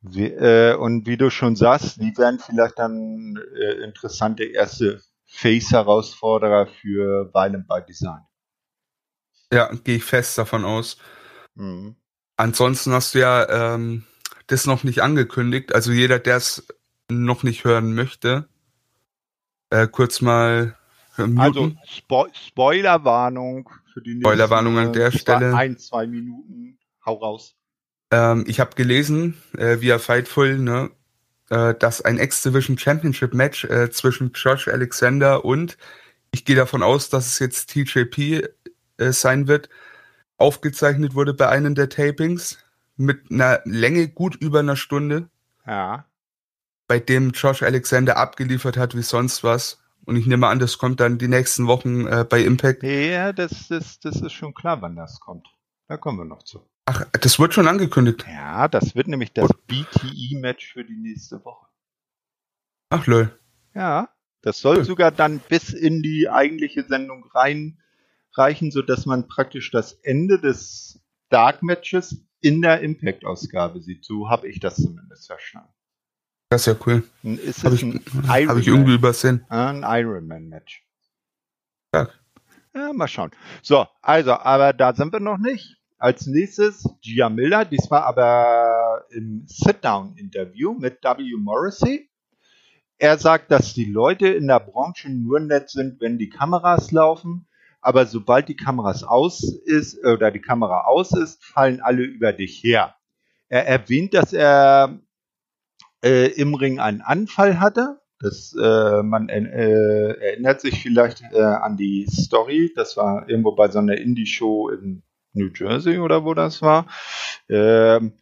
Und wie du schon sagst, die werden vielleicht dann interessante erste Face-Herausforderer für Violent by Design. Ja, gehe ich fest davon aus. Mhm. Ansonsten hast du ja das noch nicht angekündigt. Also jeder, der es noch nicht hören möchte, kurz mal muten. Also Spoilerwarnung für die nächste Spoilerwarnung an der Stelle. 1-2 Minuten. Hau raus. Ich habe gelesen, via Fightful, ne, dass ein X-Division Championship Match zwischen Josh Alexander und, ich gehe davon aus, dass es jetzt TJP sein wird, aufgezeichnet wurde bei einem der Tapings mit einer Länge gut über einer Stunde. Ja. Bei dem Josh Alexander abgeliefert hat wie sonst was. Und ich nehme an, das kommt dann die nächsten Wochen bei Impact. Ja, das ist schon klar, wann das kommt. Da kommen wir noch zu. Ach, das wird schon angekündigt. Ja, das wird nämlich das BTE-Match für die nächste Woche. Ach, lol. Ja, das soll sogar dann bis in die eigentliche Sendung reinreichen, sodass man praktisch das Ende des Dark-Matches in der Impact-Ausgabe sieht. So habe ich das zumindest verstanden. Das ist ja cool. Habe ich irgendwie übersehen. Ein Ironman-Match. Ja. Ja, mal schauen. So, also, aber da sind wir noch nicht. Als nächstes Gia Miller, diesmal aber im Sit-Down-Interview mit W. Morrissey. Er sagt, dass die Leute in der Branche nur nett sind, wenn die Kameras laufen. Aber sobald die Kameras aus ist oder die Kamera aus ist, fallen alle über dich her. Er erwähnt, dass er im Ring einen Anfall hatte. Man erinnert sich vielleicht an die Story. Das war irgendwo bei so einer Indie-Show in New Jersey oder wo das war. Einen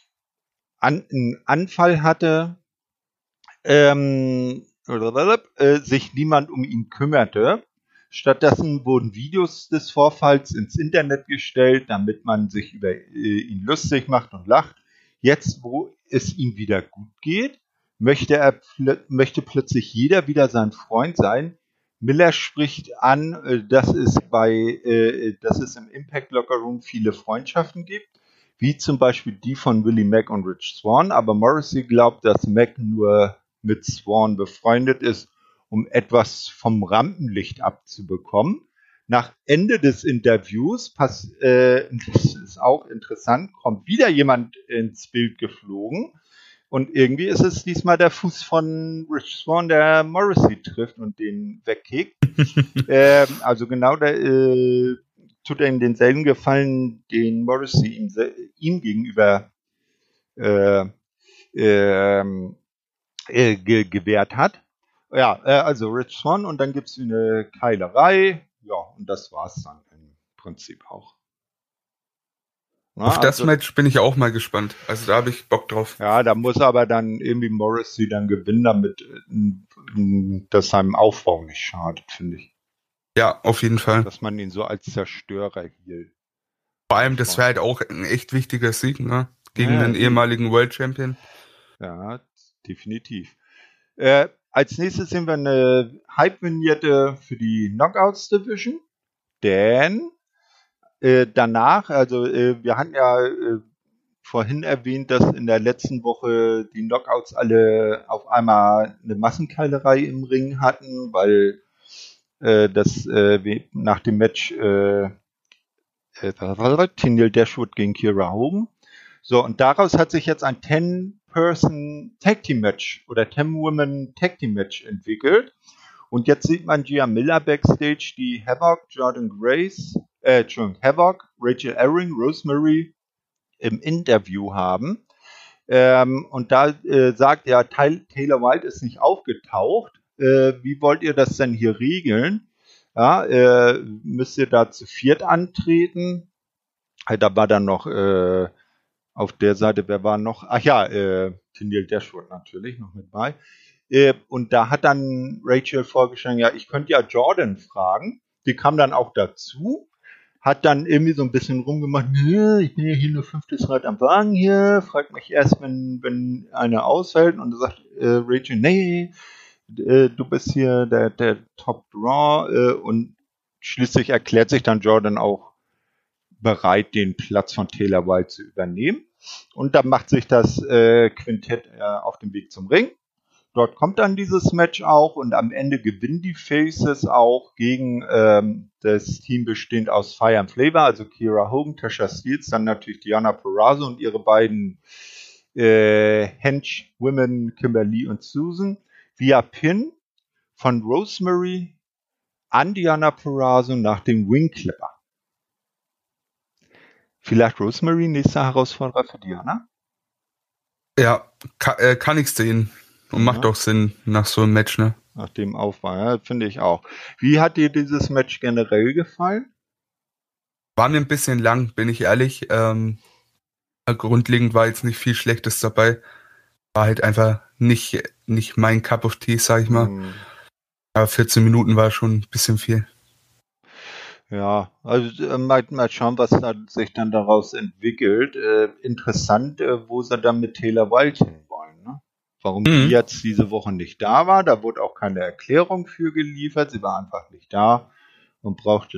Anfall hatte, sich niemand um ihn kümmerte. Stattdessen wurden Videos des Vorfalls ins Internet gestellt, damit man sich über ihn lustig macht und lacht. Jetzt, wo es ihm wieder gut geht, möchte plötzlich jeder wieder sein Freund sein. Miller spricht an, dass es im Impact Locker Room viele Freundschaften gibt, wie zum Beispiel die von Willie Mack und Rich Swann, aber Morrissey glaubt, dass Mack nur mit Swann befreundet ist, um etwas vom Rampenlicht abzubekommen. Nach Ende des Interviews, das ist auch interessant, kommt wieder jemand ins Bild geflogen. Und irgendwie ist es diesmal der Fuß von Rich Swann, der Morrissey trifft und den wegkickt. Also genau, tut er ihm denselben Gefallen, den Morrissey ihm gegenüber gewährt hat. Ja, also Rich Swann und dann gibt es eine Keilerei. Ja, und das war's dann im Prinzip auch. Na, auf das Match bin ich auch mal gespannt. Also da habe ich Bock drauf. Ja, da muss aber dann irgendwie Morrissey dann gewinnen, damit das seinem Aufbau nicht schadet, finde ich. Ja, auf jeden Fall. Dass man ihn so als Zerstörer hielt. Vor allem, das wäre halt auch ein echt wichtiger Sieg, ne? Gegen den ehemaligen World Champion. Ja, definitiv. Als nächstes sehen wir eine Hype-Vignette für die Knockouts Division. Denn danach, also wir hatten ja vorhin erwähnt, dass in der letzten Woche die Knockouts alle auf einmal eine Massenkeilerei im Ring hatten, weil nach dem Match Tindall Dashwood gegen Kira Hogan. So, und daraus hat sich jetzt ein 10-Person Tag Team Match oder 10-Women Tag Team Match entwickelt. Und jetzt sieht man Gia Miller backstage, die Havoc, Havoc, Rachel Herring, Rosemary im Interview haben. Und da sagt er, Taylor White ist nicht aufgetaucht. Wie wollt ihr das denn hier regeln? Ja, müsst ihr da zu viert antreten? Da war dann noch auf der Seite, wer war noch? Ach ja, Tindall Dashwood natürlich noch mit bei. Und da hat dann Rachel vorgeschlagen, ja, ich könnte ja Jordan fragen. Die kam dann auch dazu, hat dann irgendwie so ein bisschen rumgemacht, ich bin ja hier nur 5. Rad am Wagen hier, fragt mich erst, wenn einer ausfällt. Und da sagt Rachel, nee, du bist hier der Top Draw. Und schließlich erklärt sich dann Jordan auch bereit, den Platz von Taylor Wilde zu übernehmen. Und dann macht sich das Quintett auf den Weg zum Ring. Dort kommt dann dieses Match auch und am Ende gewinnen die Faces auch gegen das Team bestehend aus Fire and Flavor, also Kiera Hogan, Tasha Steelz, dann natürlich Deonna Purrazzo und ihre beiden Henchwomen Kimberly und Susan via Pin von Rosemary an Deonna Purrazzo nach dem Wing Clipper. Vielleicht Rosemary nächster Herausforderer für Deonna? Ja, kann ich sehen. Und macht auch Sinn nach so einem Match, ne? Nach dem Aufbau, ja, finde ich auch. Wie hat dir dieses Match generell gefallen? War mir ein bisschen lang, bin ich ehrlich. Grundlegend war jetzt nicht viel Schlechtes dabei. War halt einfach nicht mein Cup of Tea, sag ich mal. Aber 14 Minuten war schon ein bisschen viel. Ja, also mal schauen, was sich dann daraus entwickelt. Interessant, wo sie dann mit Taylor Wilde hinwollen, ne? Warum die jetzt diese Woche nicht da war, da wurde auch keine Erklärung für geliefert. Sie war einfach nicht da und brauchte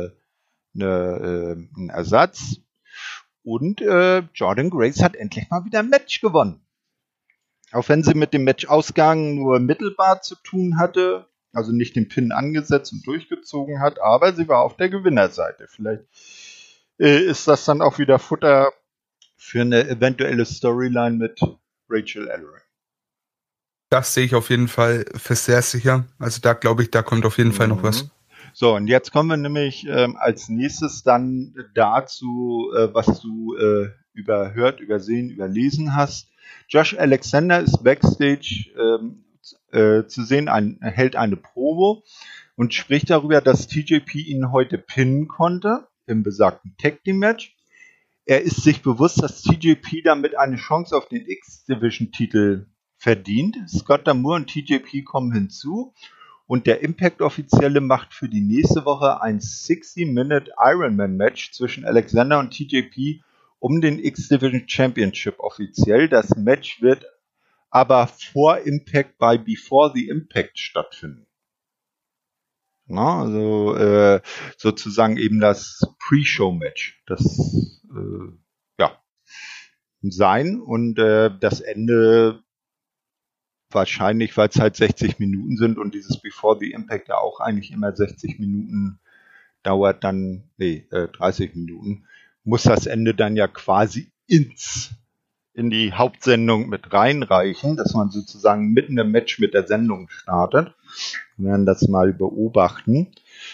einen Ersatz. Und Jordynne Grace hat endlich mal wieder ein Match gewonnen. Auch wenn sie mit dem Matchausgang nur mittelbar zu tun hatte, also nicht den Pin angesetzt und durchgezogen hat, aber sie war auf der Gewinnerseite. Vielleicht ist das dann auch wieder Futter für eine eventuelle Storyline mit Rachel Ellering. Das sehe ich auf jeden Fall für sehr sicher. Also da glaube ich, da kommt auf jeden Fall noch was. So, und jetzt kommen wir nämlich als nächstes dann dazu, was du übersehen, überlesen hast. Josh Alexander ist backstage zu sehen, hält eine Promo und spricht darüber, dass TJP ihn heute pinnen konnte im besagten Tag Team Match. Er ist sich bewusst, dass TJP damit eine Chance auf den X-Division-Titel verdient. Scott D'Amore und TJP kommen hinzu und der Impact-Offizielle macht für die nächste Woche ein 60-Minute Ironman-Match zwischen Alexander und TJP um den X-Division Championship offiziell. Das Match wird aber vor Impact bei Before the Impact stattfinden. Na, also sozusagen eben das Pre-Show-Match. Das sein und das Ende wahrscheinlich, weil es halt 60 Minuten sind und dieses Before the Impact ja auch eigentlich immer 60 Minuten dauert, dann 30 Minuten, muss das Ende dann ja quasi in die Hauptsendung mit reinreichen, dass man sozusagen mitten im Match mit der Sendung startet. Wir werden das mal beobachten.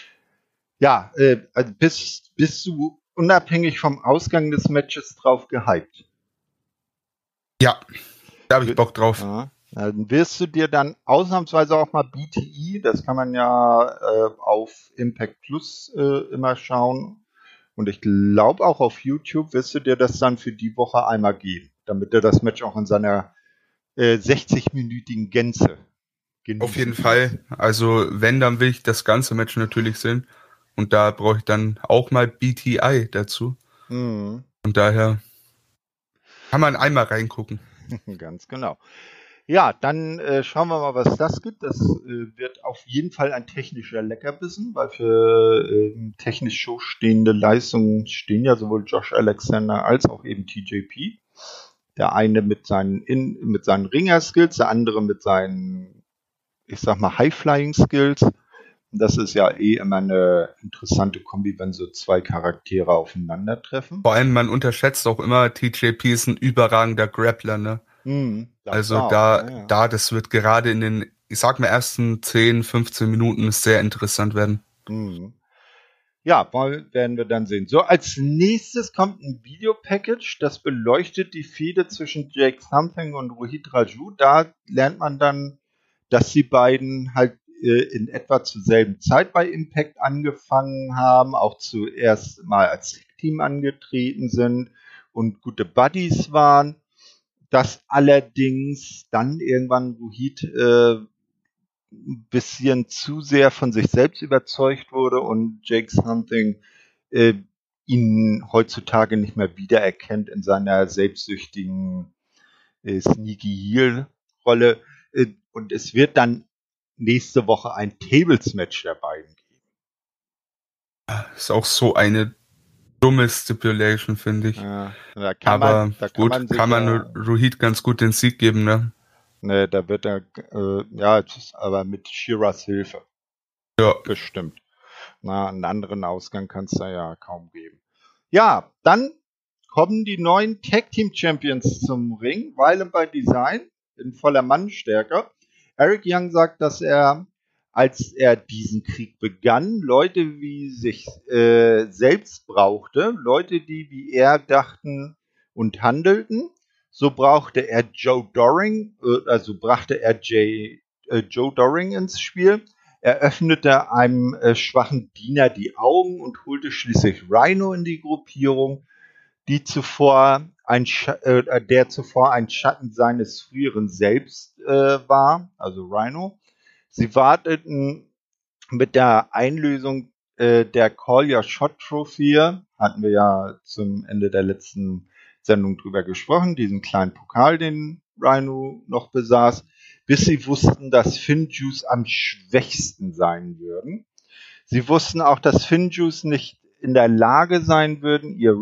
Ja, also bist du unabhängig vom Ausgang des Matches drauf gehypt? Ja, da habe ich Bock drauf. Ja, dann wirst du dir dann ausnahmsweise auch mal BTE, das kann man ja auf Impact Plus immer schauen. Und ich glaube auch auf YouTube wirst du dir das dann für die Woche einmal geben, damit du das Match auch in seiner 60-minütigen Gänze genießen. Auf jeden Fall. Also wenn, dann will ich das ganze Match natürlich sehen. Und da brauche ich dann auch mal BTI dazu. Und daher kann man einmal reingucken. Ganz genau. Ja, dann schauen wir mal, was das gibt. Das wird auf jeden Fall ein technischer Leckerbissen, weil für technisch so stehende Leistungen stehen ja sowohl Josh Alexander als auch eben TJP. Der eine mit seinen Ringer-Skills, der andere mit seinen, ich sag mal, High-Flying-Skills. Das ist ja immer eine interessante Kombi, wenn so zwei Charaktere aufeinandertreffen. Vor allem, man unterschätzt auch immer, TJP ist ein überragender Grappler, ne? Also das wird gerade in den, ich sag mal, ersten 10, 15 Minuten sehr interessant werden. Ja, werden wir dann sehen. So, als nächstes kommt ein Videopackage, das beleuchtet die Fehde zwischen Jake Something und Rohit Raju. Da lernt man dann, dass die beiden halt in etwa zur selben Zeit bei Impact angefangen haben, auch zuerst mal als Team angetreten sind und gute Buddies waren. Dass allerdings dann irgendwann Rohit ein bisschen zu sehr von sich selbst überzeugt wurde und Jake Something ihn heutzutage nicht mehr wiedererkennt in seiner selbstsüchtigen Sneaky Heel Rolle. Und es wird dann nächste Woche ein Tables Match der beiden geben. Ist auch so eine dumme Stipulation, finde ich. Ja, kann man Rohit ganz gut den Sieg geben, ne? Ne, da wird er, aber mit Shiras Hilfe. Ja. Bestimmt. Einen anderen Ausgang kann es da ja kaum geben. Ja, dann kommen die neuen Tag Team Champions zum Ring, Violent by Design in voller Mannstärke. Eric Young sagt, dass er, als er diesen Krieg begann, Leute wie sich selbst brauchte, Leute, die wie er dachten und handelten. So brauchte er Joe Doring, brachte er Joe Doring ins Spiel. Er öffnete einem schwachen Diener die Augen und holte schließlich Rhino in die Gruppierung, der zuvor ein Schatten seines früheren Selbst war, also Rhino. Sie warteten mit der Einlösung der Call Your Shot Trophäe, hatten wir ja zum Ende der letzten Sendung drüber gesprochen, diesen kleinen Pokal, den Rhino noch besaß, bis sie wussten, dass Finjuice am schwächsten sein würden. Sie wussten auch, dass Finjuice nicht in der Lage sein würden, ihre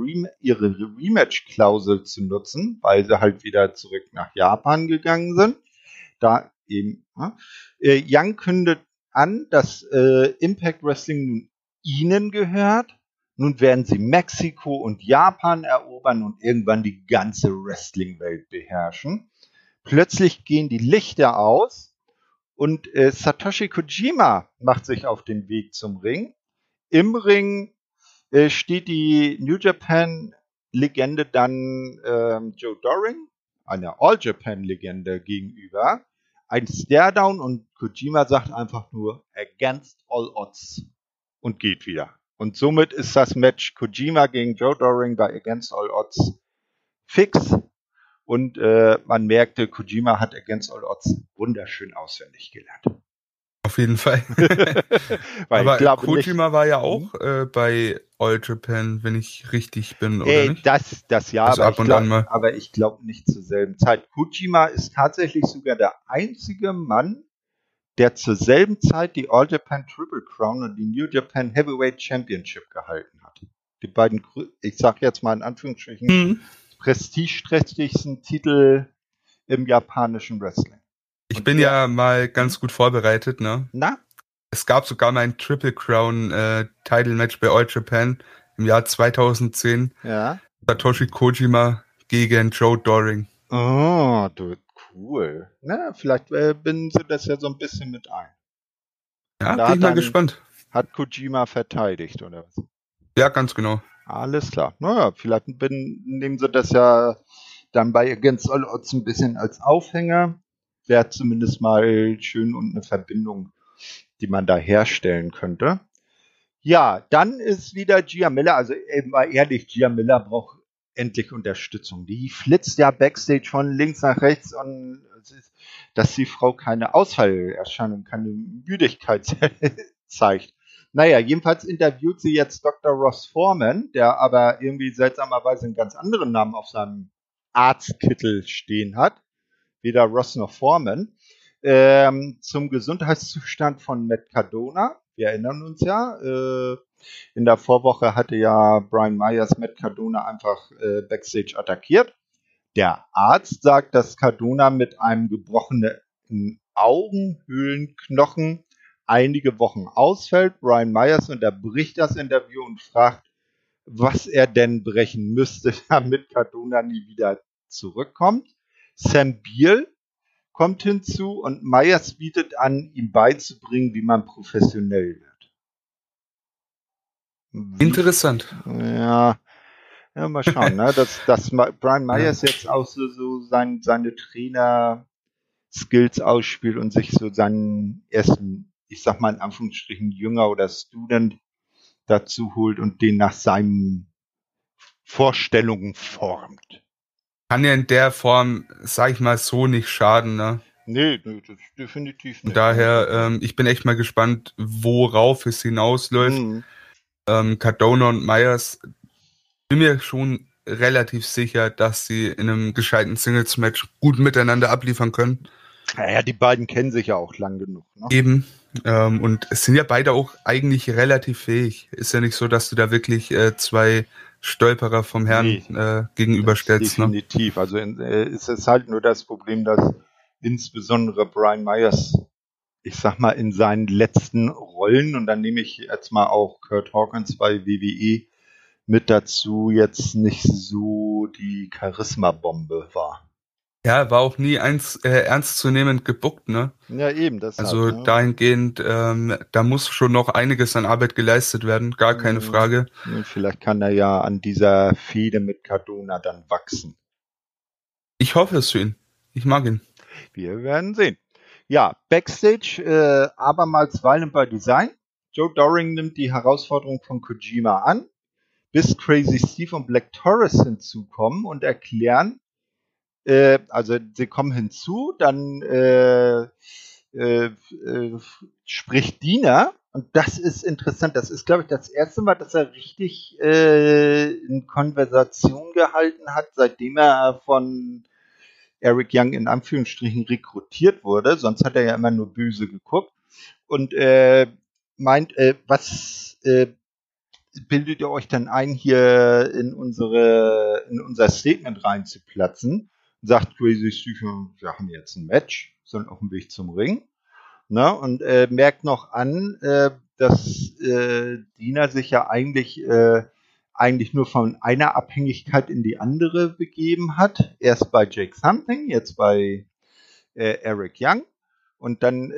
Rematch-Klausel zu nutzen, weil sie halt wieder zurück nach Japan gegangen sind. Da eben, Young kündet an, dass Impact Wrestling nun ihnen gehört. Nun werden sie Mexiko und Japan erobern und irgendwann die ganze Wrestling-Welt beherrschen. Plötzlich gehen die Lichter aus und Satoshi Kojima macht sich auf den Weg zum Ring. Im Ring steht die New Japan-Legende dann Joe Doring, einer All Japan-Legende, gegenüber. Ein Staredown und Kojima sagt einfach nur Against All Odds und geht wieder. Und somit ist das Match Kojima gegen Joe Doring bei Against All Odds fix. Und man merkte, Kojima hat Against All Odds wunderschön auswendig gelernt. Auf jeden Fall. Aber Kojima war ja auch bei All Japan, wenn ich richtig bin, oder nicht? Das ja, also aber ich glaube nicht zur selben Zeit. Kojima ist tatsächlich sogar der einzige Mann, der zur selben Zeit die All Japan Triple Crown und die New Japan Heavyweight Championship gehalten hat. Die beiden, ich sage jetzt mal in Anführungsstrichen, prestigeträchtigsten Titel im japanischen Wrestling. Ich bin ja mal ganz gut vorbereitet, ne? Na? Es gab sogar mal ein Triple Crown Title Match bei All Japan im Jahr 2010. Ja. Satoshi Kojima gegen Joe Doring. Oh, cool. Na, vielleicht binden sie das ja so ein bisschen mit ein. Ja, bin ich mal gespannt. Hat Kojima verteidigt, oder was? Ja, ganz genau. Alles klar. Naja, vielleicht nehmen sie das ja dann bei Against All Odds ein bisschen als Aufhänger. Wäre zumindest mal schön und eine Verbindung, die man da herstellen könnte. Ja, dann ist wieder Gia Miller, also mal ehrlich, Gia Miller braucht endlich Unterstützung. Die flitzt ja Backstage von links nach rechts und dass die Frau keine Ausfallerscheinung, keine Müdigkeit zeigt. Naja, jedenfalls interviewt sie jetzt Dr. Ross Foreman, der aber irgendwie seltsamerweise einen ganz anderen Namen auf seinem Arztkittel stehen hat. Weder Ross noch Foreman. Zum Gesundheitszustand von Matt Cardona. Wir erinnern uns ja, in der Vorwoche hatte ja Brian Myers Matt Cardona einfach Backstage attackiert. Der Arzt sagt, dass Cardona mit einem gebrochenen Augenhöhlenknochen einige Wochen ausfällt. Brian Myers unterbricht das Interview und fragt, was er denn brechen müsste, damit Cardona nie wieder zurückkommt. Sam Beal kommt hinzu und Myers bietet an, ihm beizubringen, wie man professionell wird. Interessant. Ja, mal schauen, ne? dass Brian Myers jetzt auch so seine Trainer-Skills ausspielt und sich so seinen ersten, ich sag mal in Anführungsstrichen, Jünger oder Student dazu holt und den nach seinen Vorstellungen formt. Kann ja in der Form, sag ich mal, so nicht schaden, ne? Nee, das definitiv nicht. Und daher, ich bin echt mal gespannt, worauf es hinausläuft. Cardona und Myers, bin mir schon relativ sicher, dass sie in einem gescheiten Singles-Match gut miteinander abliefern können. Naja, die beiden kennen sich ja auch lang genug. Ne? Eben. Und es sind ja beide auch eigentlich relativ fähig. Ist ja nicht so, dass du da wirklich zwei Stolperer vom Herrn gegenüberstellst. Definitiv. Ne? Also es ist halt nur das Problem, dass insbesondere Brian Myers, ich sag mal, in seinen letzten Rollen, und dann nehme ich jetzt mal auch Kurt Hawkins bei WWE mit dazu, jetzt nicht so die Charisma-Bombe war. Ja, war auch nie ernstzunehmend gebuckt, ne? Ja, eben, das Also halt, ne? dahingehend, da muss schon noch einiges an Arbeit geleistet werden, gar keine Frage. Vielleicht kann er ja an dieser Fehde mit Cardona dann wachsen. Ich hoffe es für ihn. Ich mag ihn. Wir werden sehen. Ja, Backstage, abermals Violent by Design. Joe Doring nimmt die Herausforderung von Kojima an, bis Crazy Steve und Black Taurus hinzukommen und erklären, also sie kommen hinzu, dann spricht Dina, und das ist interessant, das ist, glaube ich, das erste Mal, dass er richtig in Konversation gehalten hat, seitdem er von Eric Young in Anführungsstrichen rekrutiert wurde, sonst hat er ja immer nur böse geguckt und meint, was bildet ihr euch dann ein, hier in unser Statement reinzuplatzen? Sagt Crazy Steve, wir haben jetzt ein Match, sind auf dem Weg zum Ring. Ne? Und merkt noch an, dass Dina sich ja eigentlich nur von einer Abhängigkeit in die andere begeben hat. Erst bei Jake Something, jetzt bei Eric Young. Und dann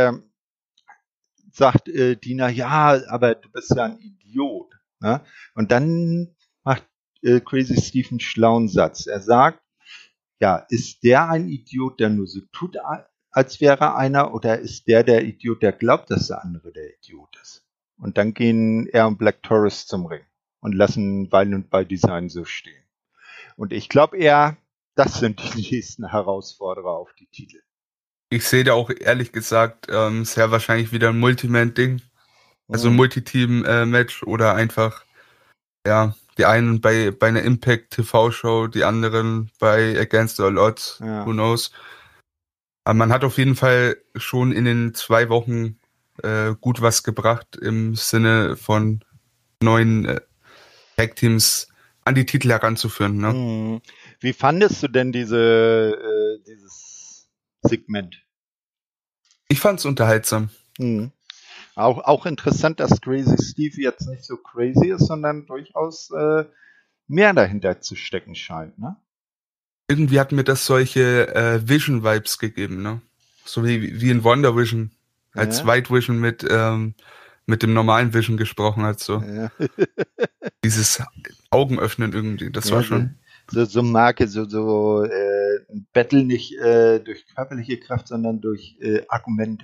sagt Dina, ja, aber du bist ja ein Idiot. Ne? Und dann macht Crazy Steve einen schlauen Satz. Er sagt, ja, ist der ein Idiot, der nur so tut, als wäre einer, oder ist der Idiot, der glaubt, dass der andere der Idiot ist? Und dann gehen er und Black Taurus zum Ring und lassen Violent by Design so stehen. Und ich glaube eher, das sind die nächsten Herausforderer auf die Titel. Ich sehe da auch ehrlich gesagt sehr wahrscheinlich wieder ein Multiman-Ding. Also ein Multiteam-Match oder einfach, ja, die einen bei einer Impact-TV-Show, die anderen bei Against All Odds, who knows. Aber man hat auf jeden Fall schon in den 2 Wochen gut was gebracht im Sinne von neuen Tag-Teams an die Titel heranzuführen. Ne? Wie fandest du denn dieses Segment? Ich fand's unterhaltsam. Auch interessant, dass Crazy Steve jetzt nicht so crazy ist, sondern durchaus mehr dahinter zu stecken scheint, ne? Irgendwie hat mir das solche Vision-Vibes gegeben, ne? So wie in Wonder Vision, als White Vision mit dem normalen Vision gesprochen hat, so. Ja. Dieses Augenöffnen irgendwie, das war schon. So Marke, so ein Battle nicht durch körperliche Kraft, sondern durch Argumente.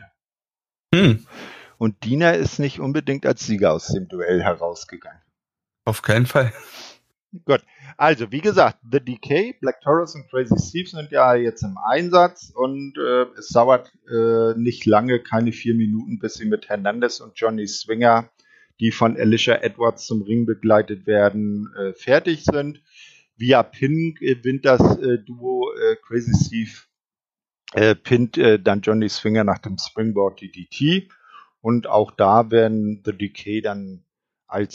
Und Dina ist nicht unbedingt als Sieger aus dem Duell herausgegangen. Auf keinen Fall. Gut, also wie gesagt, The Decay, Black Taurus und Crazy Steve sind ja jetzt im Einsatz und es dauert nicht lange, keine 4 Minuten, bis sie mit Hernandez und Johnny Swinger, die von Alicia Edwards zum Ring begleitet werden, fertig sind. Via Pin gewinnt das Duo Crazy Steve, pinnt dann Johnny Swinger nach dem Springboard DDT, und auch da werden The Decay dann als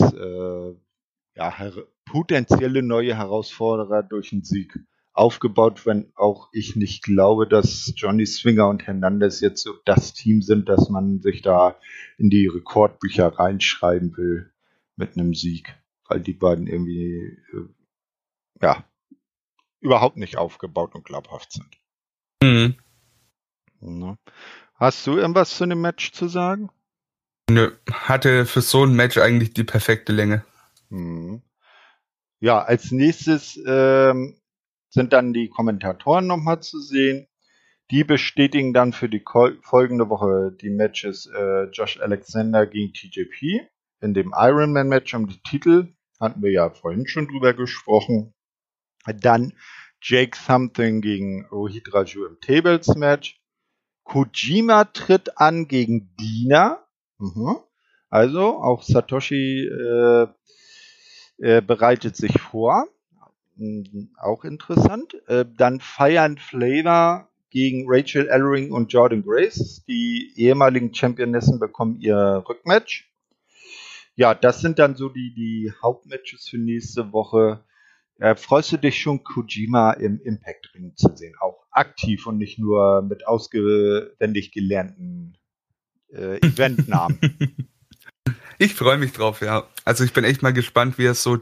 potenzielle neue Herausforderer durch einen Sieg aufgebaut, wenn auch ich nicht glaube, dass Johnny Swinger und Hernandez jetzt so das Team sind, dass man sich da in die Rekordbücher reinschreiben will mit einem Sieg, weil die beiden irgendwie überhaupt nicht aufgebaut und glaubhaft sind. Hast du irgendwas zu dem Match zu sagen? Nö, hatte für so ein Match eigentlich die perfekte Länge. Ja, als nächstes sind dann die Kommentatoren nochmal zu sehen. Die bestätigen dann für die folgende Woche die Matches Josh Alexander gegen TJP in dem Ironman-Match um die Titel. Hatten wir ja vorhin schon drüber gesprochen. Dann Jake Something gegen Rohit Raju im Tables-Match. Kojima tritt an gegen Dina. Also auch Satoshi bereitet sich vor. Auch interessant. Dann feiern Flavor gegen Rachel Ellering und Jordan Grace. Die ehemaligen Championessen bekommen ihr Rückmatch. Ja, das sind dann so die Hauptmatches für nächste Woche. Freust du dich schon, Kojima im Impact Ring zu sehen? Auch aktiv und nicht nur mit auswendig gelernten Eventnamen. Ich freue mich drauf, ja. Also ich bin echt mal gespannt, wie es so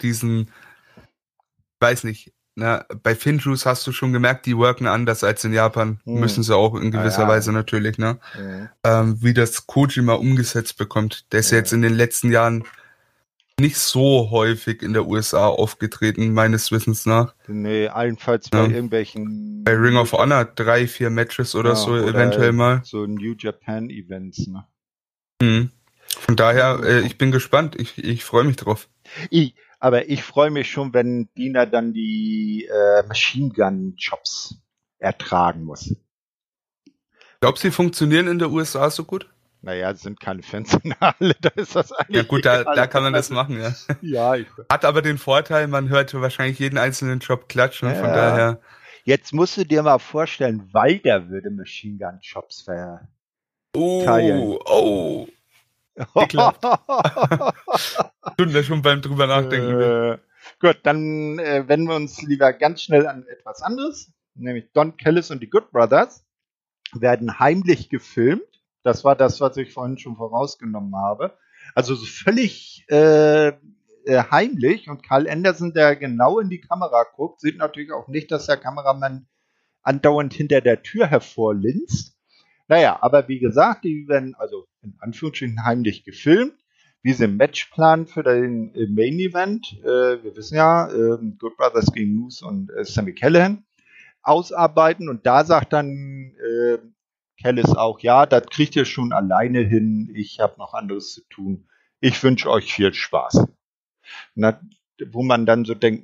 weiß nicht, na, bei Finjuice hast du schon gemerkt, die worken anders als in Japan. Müssen sie auch in gewisser Weise natürlich, ne? Wie das Kojima umgesetzt bekommt. Der ist jetzt in den letzten Jahren nicht so häufig in der USA aufgetreten, meines Wissens nach. Nee, allenfalls bei irgendwelchen... Bei Ring of Honor 3-4 Matches oder so oder eventuell mal. So New Japan Events, ne? Von daher, ich bin gespannt. Ich freue mich drauf. Aber ich freue mich schon, wenn Dina dann die Machine Gun Chops ertragen muss. Glaubst du, die funktionieren in der USA so gut? Naja, es sind keine Fans in der Halle, da ist das eigentlich. Ja gut, da kann man das machen, ja. Ja. Hat aber den Vorteil, man hört wahrscheinlich jeden einzelnen Job klatschen, von daher. Jetzt musst du dir mal vorstellen, Walter würde Machine Gun Chops verteilen. Oh. Ekelhaft. Tun wir schon beim drüber nachdenken. Gut, dann wenden wir uns lieber ganz schnell an etwas anderes, nämlich Don Callis und die Good Brothers werden heimlich gefilmt. Das war das, was ich vorhin schon vorausgenommen habe. Also so völlig heimlich und Carl Anderson, der genau in die Kamera guckt, sieht natürlich auch nicht, dass der Kameramann andauernd hinter der Tür hervorlinst. Naja, aber wie gesagt, die werden also in Anführungsstrichen heimlich gefilmt, wie sie ein Match planen für den Main Event. Wir wissen ja, Good Brothers gegen Moose und Sami Callihan ausarbeiten und da sagt dann Callis auch, ja, das kriegt ihr schon alleine hin, ich habe noch anderes zu tun. Ich wünsche euch viel Spaß. Na, wo man dann so denkt,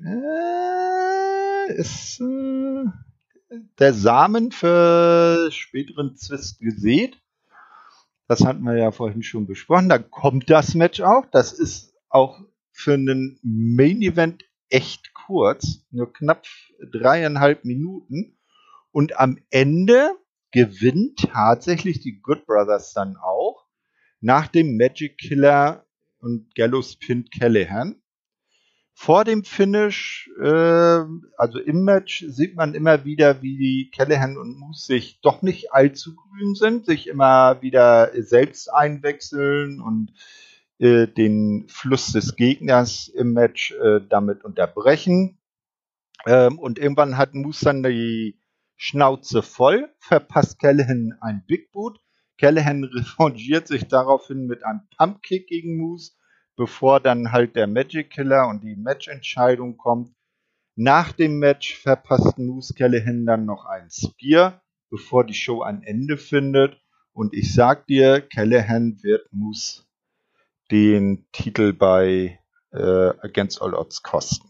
ist der Samen für späteren Zwist gesät. Das hatten wir ja vorhin schon besprochen. Dann kommt das Match auch. Das ist auch für einen Main Event echt kurz, nur knapp 3,5 Minuten. Und am Ende gewinnt tatsächlich die Good Brothers dann auch nach dem Magic Killer und Gallows pinnt Callihan. Vor dem Finish, also im Match, sieht man immer wieder, wie die Callihan und Moose sich doch nicht allzu grün sind, sich immer wieder selbst einwechseln und den Fluss des Gegners im Match damit unterbrechen. Und irgendwann hat Moose dann die Schnauze voll, verpasst Callihan ein Big Boot. Callihan revanchiert sich daraufhin mit einem Pumpkick gegen Moose, bevor dann halt der Magic Killer und die Matchentscheidung kommt. Nach dem Match verpasst Moose Callihan dann noch ein Spear, bevor die Show ein Ende findet. Und ich sag dir, Callihan wird Moose den Titel bei Against All Odds kosten.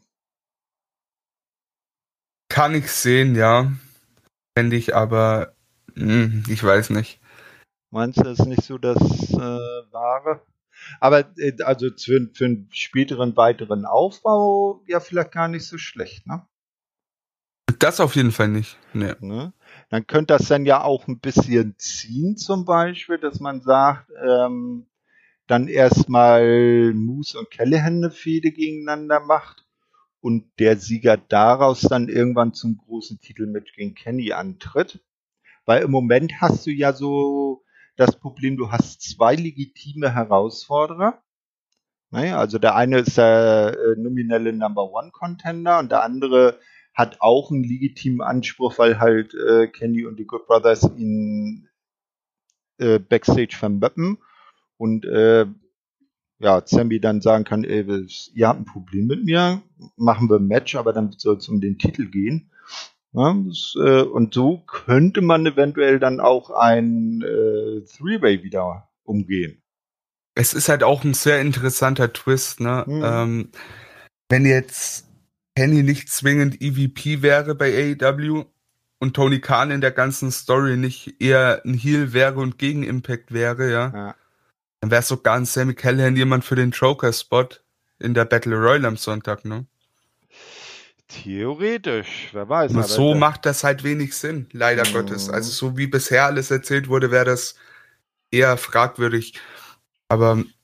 Kann ich sehen, ja. Fände ich aber, ich weiß nicht. Meinst du, das ist nicht so das Wahre? Aber also für einen späteren, weiteren Aufbau ja vielleicht gar nicht so schlecht, ne? Das auf jeden Fall nicht. Nee. Ne? Dann könnte das dann ja auch ein bisschen ziehen zum Beispiel, dass man sagt, dann erstmal Moose und Callihan eine Fehde gegeneinander macht und der Sieger daraus dann irgendwann zum großen Titelmatch gegen Kenny antritt. Weil im Moment hast du ja so das Problem, du hast zwei legitime Herausforderer. Naja, also der eine ist der nominelle Number One Contender und der andere hat auch einen legitimen Anspruch, weil halt Kenny und die Good Brothers ihn Backstage vermöppen und Sammy dann sagen kann, ihr habt ein Problem mit mir, machen wir ein Match, aber dann soll es um den Titel gehen. Ja, und so könnte man eventuell dann auch ein Three-Way wieder umgehen. Es ist halt auch ein sehr interessanter Twist, ne? Wenn jetzt Kenny nicht zwingend EVP wäre bei AEW und Tony Khan in der ganzen Story nicht eher ein Heel wäre und gegen Impact wäre, ja. Dann wäre sogar ein Sami Callihan jemand für den Joker-Spot in der Battle Royale am Sonntag, ne? Theoretisch, wer weiß. Aber so macht das halt wenig Sinn, leider Gottes. Also so wie bisher alles erzählt wurde, wäre das eher fragwürdig. Aber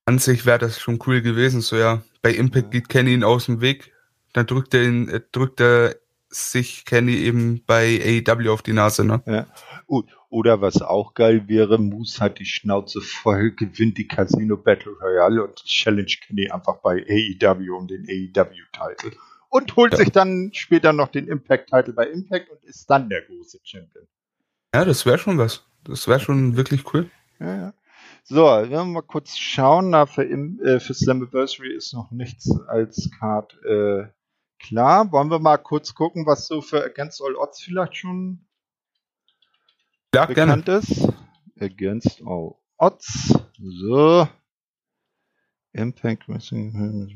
An sich wäre das schon cool gewesen, so ja. Bei Impact geht Kenny ihn aus dem Weg, dann drückt er sich Kenny eben bei AEW auf die Nase, ne? Ja. Oder was auch geil wäre, Moose hat die Schnauze voll, gewinnt die Casino Battle Royale und challenge Kenny einfach bei AEW um den AEW-Titel. Und holt sich dann später noch den Impact-Titel bei Impact und ist dann der große Champion. Ja, das wäre schon was. Das wäre schon wirklich cool. Ja. So, wir werden mal kurz schauen. Für Slammiversary ist noch nichts als Card klar. Wollen wir mal kurz gucken, was so für Against All Odds vielleicht schon bekannt ist? Against All Odds. So. Impact Wrestling.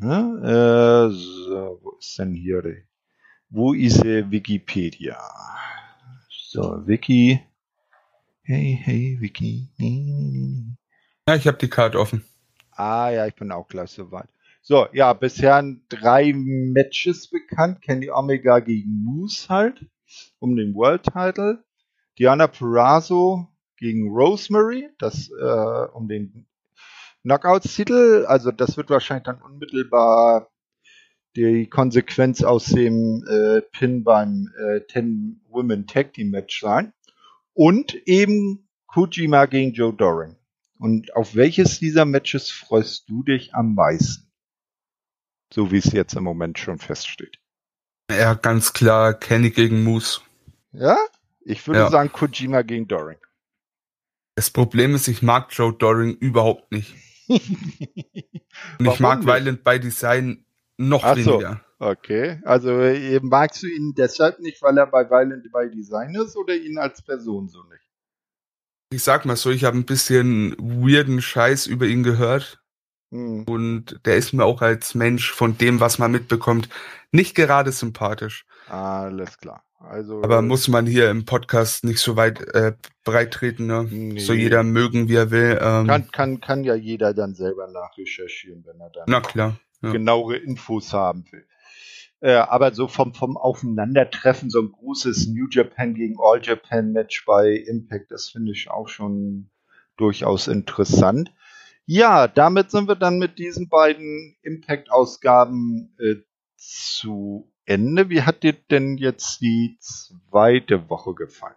So, wo ist denn hier? Wo ist Wikipedia? So, Wiki. Hey, Wiki. Ja, ich habe die Karte offen. Ja, ich bin auch gleich soweit. So, ja, bisher 3 Matches bekannt. Kenny Omega gegen Moose halt, um den World Title. Diana Purrazzo gegen Rosemary, das um den Knockouts-Titel. Also das wird wahrscheinlich dann unmittelbar die Konsequenz aus dem Pin beim 10 Women Tag Team Match sein. Und eben Kojima gegen Joe Doring. Und auf welches dieser Matches freust du dich am meisten? So wie es jetzt im Moment schon feststeht. Ja, ganz klar, Kenny gegen Moose. Ja? Ich würde sagen Kojima gegen Doring. Das Problem ist, ich mag Joe Doring überhaupt nicht. Und ich mag Violent by Design noch weniger. Okay, also magst du ihn deshalb nicht, weil er bei Violent by Design ist oder ihn als Person so nicht? Ich sag mal so, ich habe ein bisschen weirden Scheiß über ihn gehört. Und der ist mir auch als Mensch von dem, was man mitbekommt, nicht gerade sympathisch. Alles klar. Also, aber muss man hier im Podcast nicht so weit breit treten, ne? Nee. So jeder mögen, wie er will. Kann ja jeder dann selber nachrecherchieren, wenn er dann genauere Infos haben will. Aber so vom Aufeinandertreffen, so ein großes New Japan gegen All Japan Match bei Impact, das finde ich auch schon durchaus interessant. Ja, damit sind wir dann mit diesen beiden Impact-Ausgaben zu Ende. Wie hat dir denn jetzt die zweite Woche gefallen?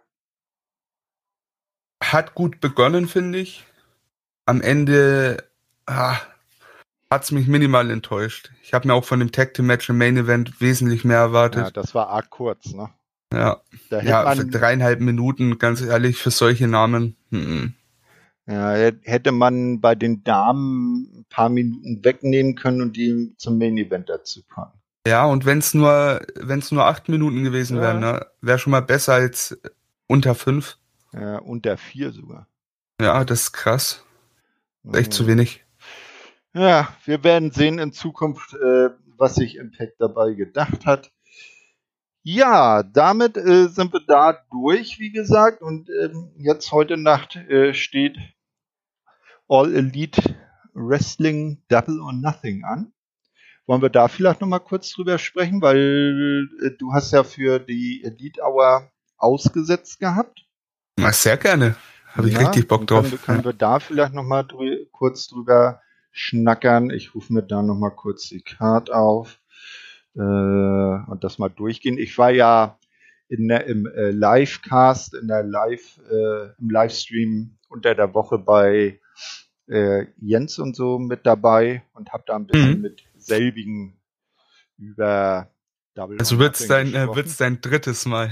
Hat gut begonnen, finde ich. Am Ende hat's mich minimal enttäuscht. Ich habe mir auch von dem Tag Team Match im Main Event wesentlich mehr erwartet. Ja, das war arg kurz, ne? Ja, für 3,5 Minuten, ganz ehrlich, für solche Namen. Ja, hätte man bei den Damen ein paar Minuten wegnehmen können und die zum Main Event dazu packen. Ja, und wenn's nur 8 Minuten gewesen wären, ne, wäre schon mal besser als unter 5. Ja, unter 4 sogar. Ja, das ist krass. Echt zu wenig. Ja, wir werden sehen in Zukunft, was sich Impact dabei gedacht hat. Ja, damit sind wir da durch, wie gesagt. Und jetzt heute Nacht steht All Elite Wrestling Double or Nothing an. Wollen wir da vielleicht nochmal kurz drüber sprechen, weil du hast ja für die Elite Hour ausgesetzt gehabt. Na, sehr gerne. Habe ich richtig Bock drauf. Können wir da vielleicht nochmal kurz drüber schnackern. Ich rufe mir da nochmal kurz die Card auf und das mal durchgehen. Ich war ja im Livecast, im Livestream unter der Woche bei Jens und so mit dabei und habe da ein bisschen mit selbigen über Double. Also wird's dein drittes Mal.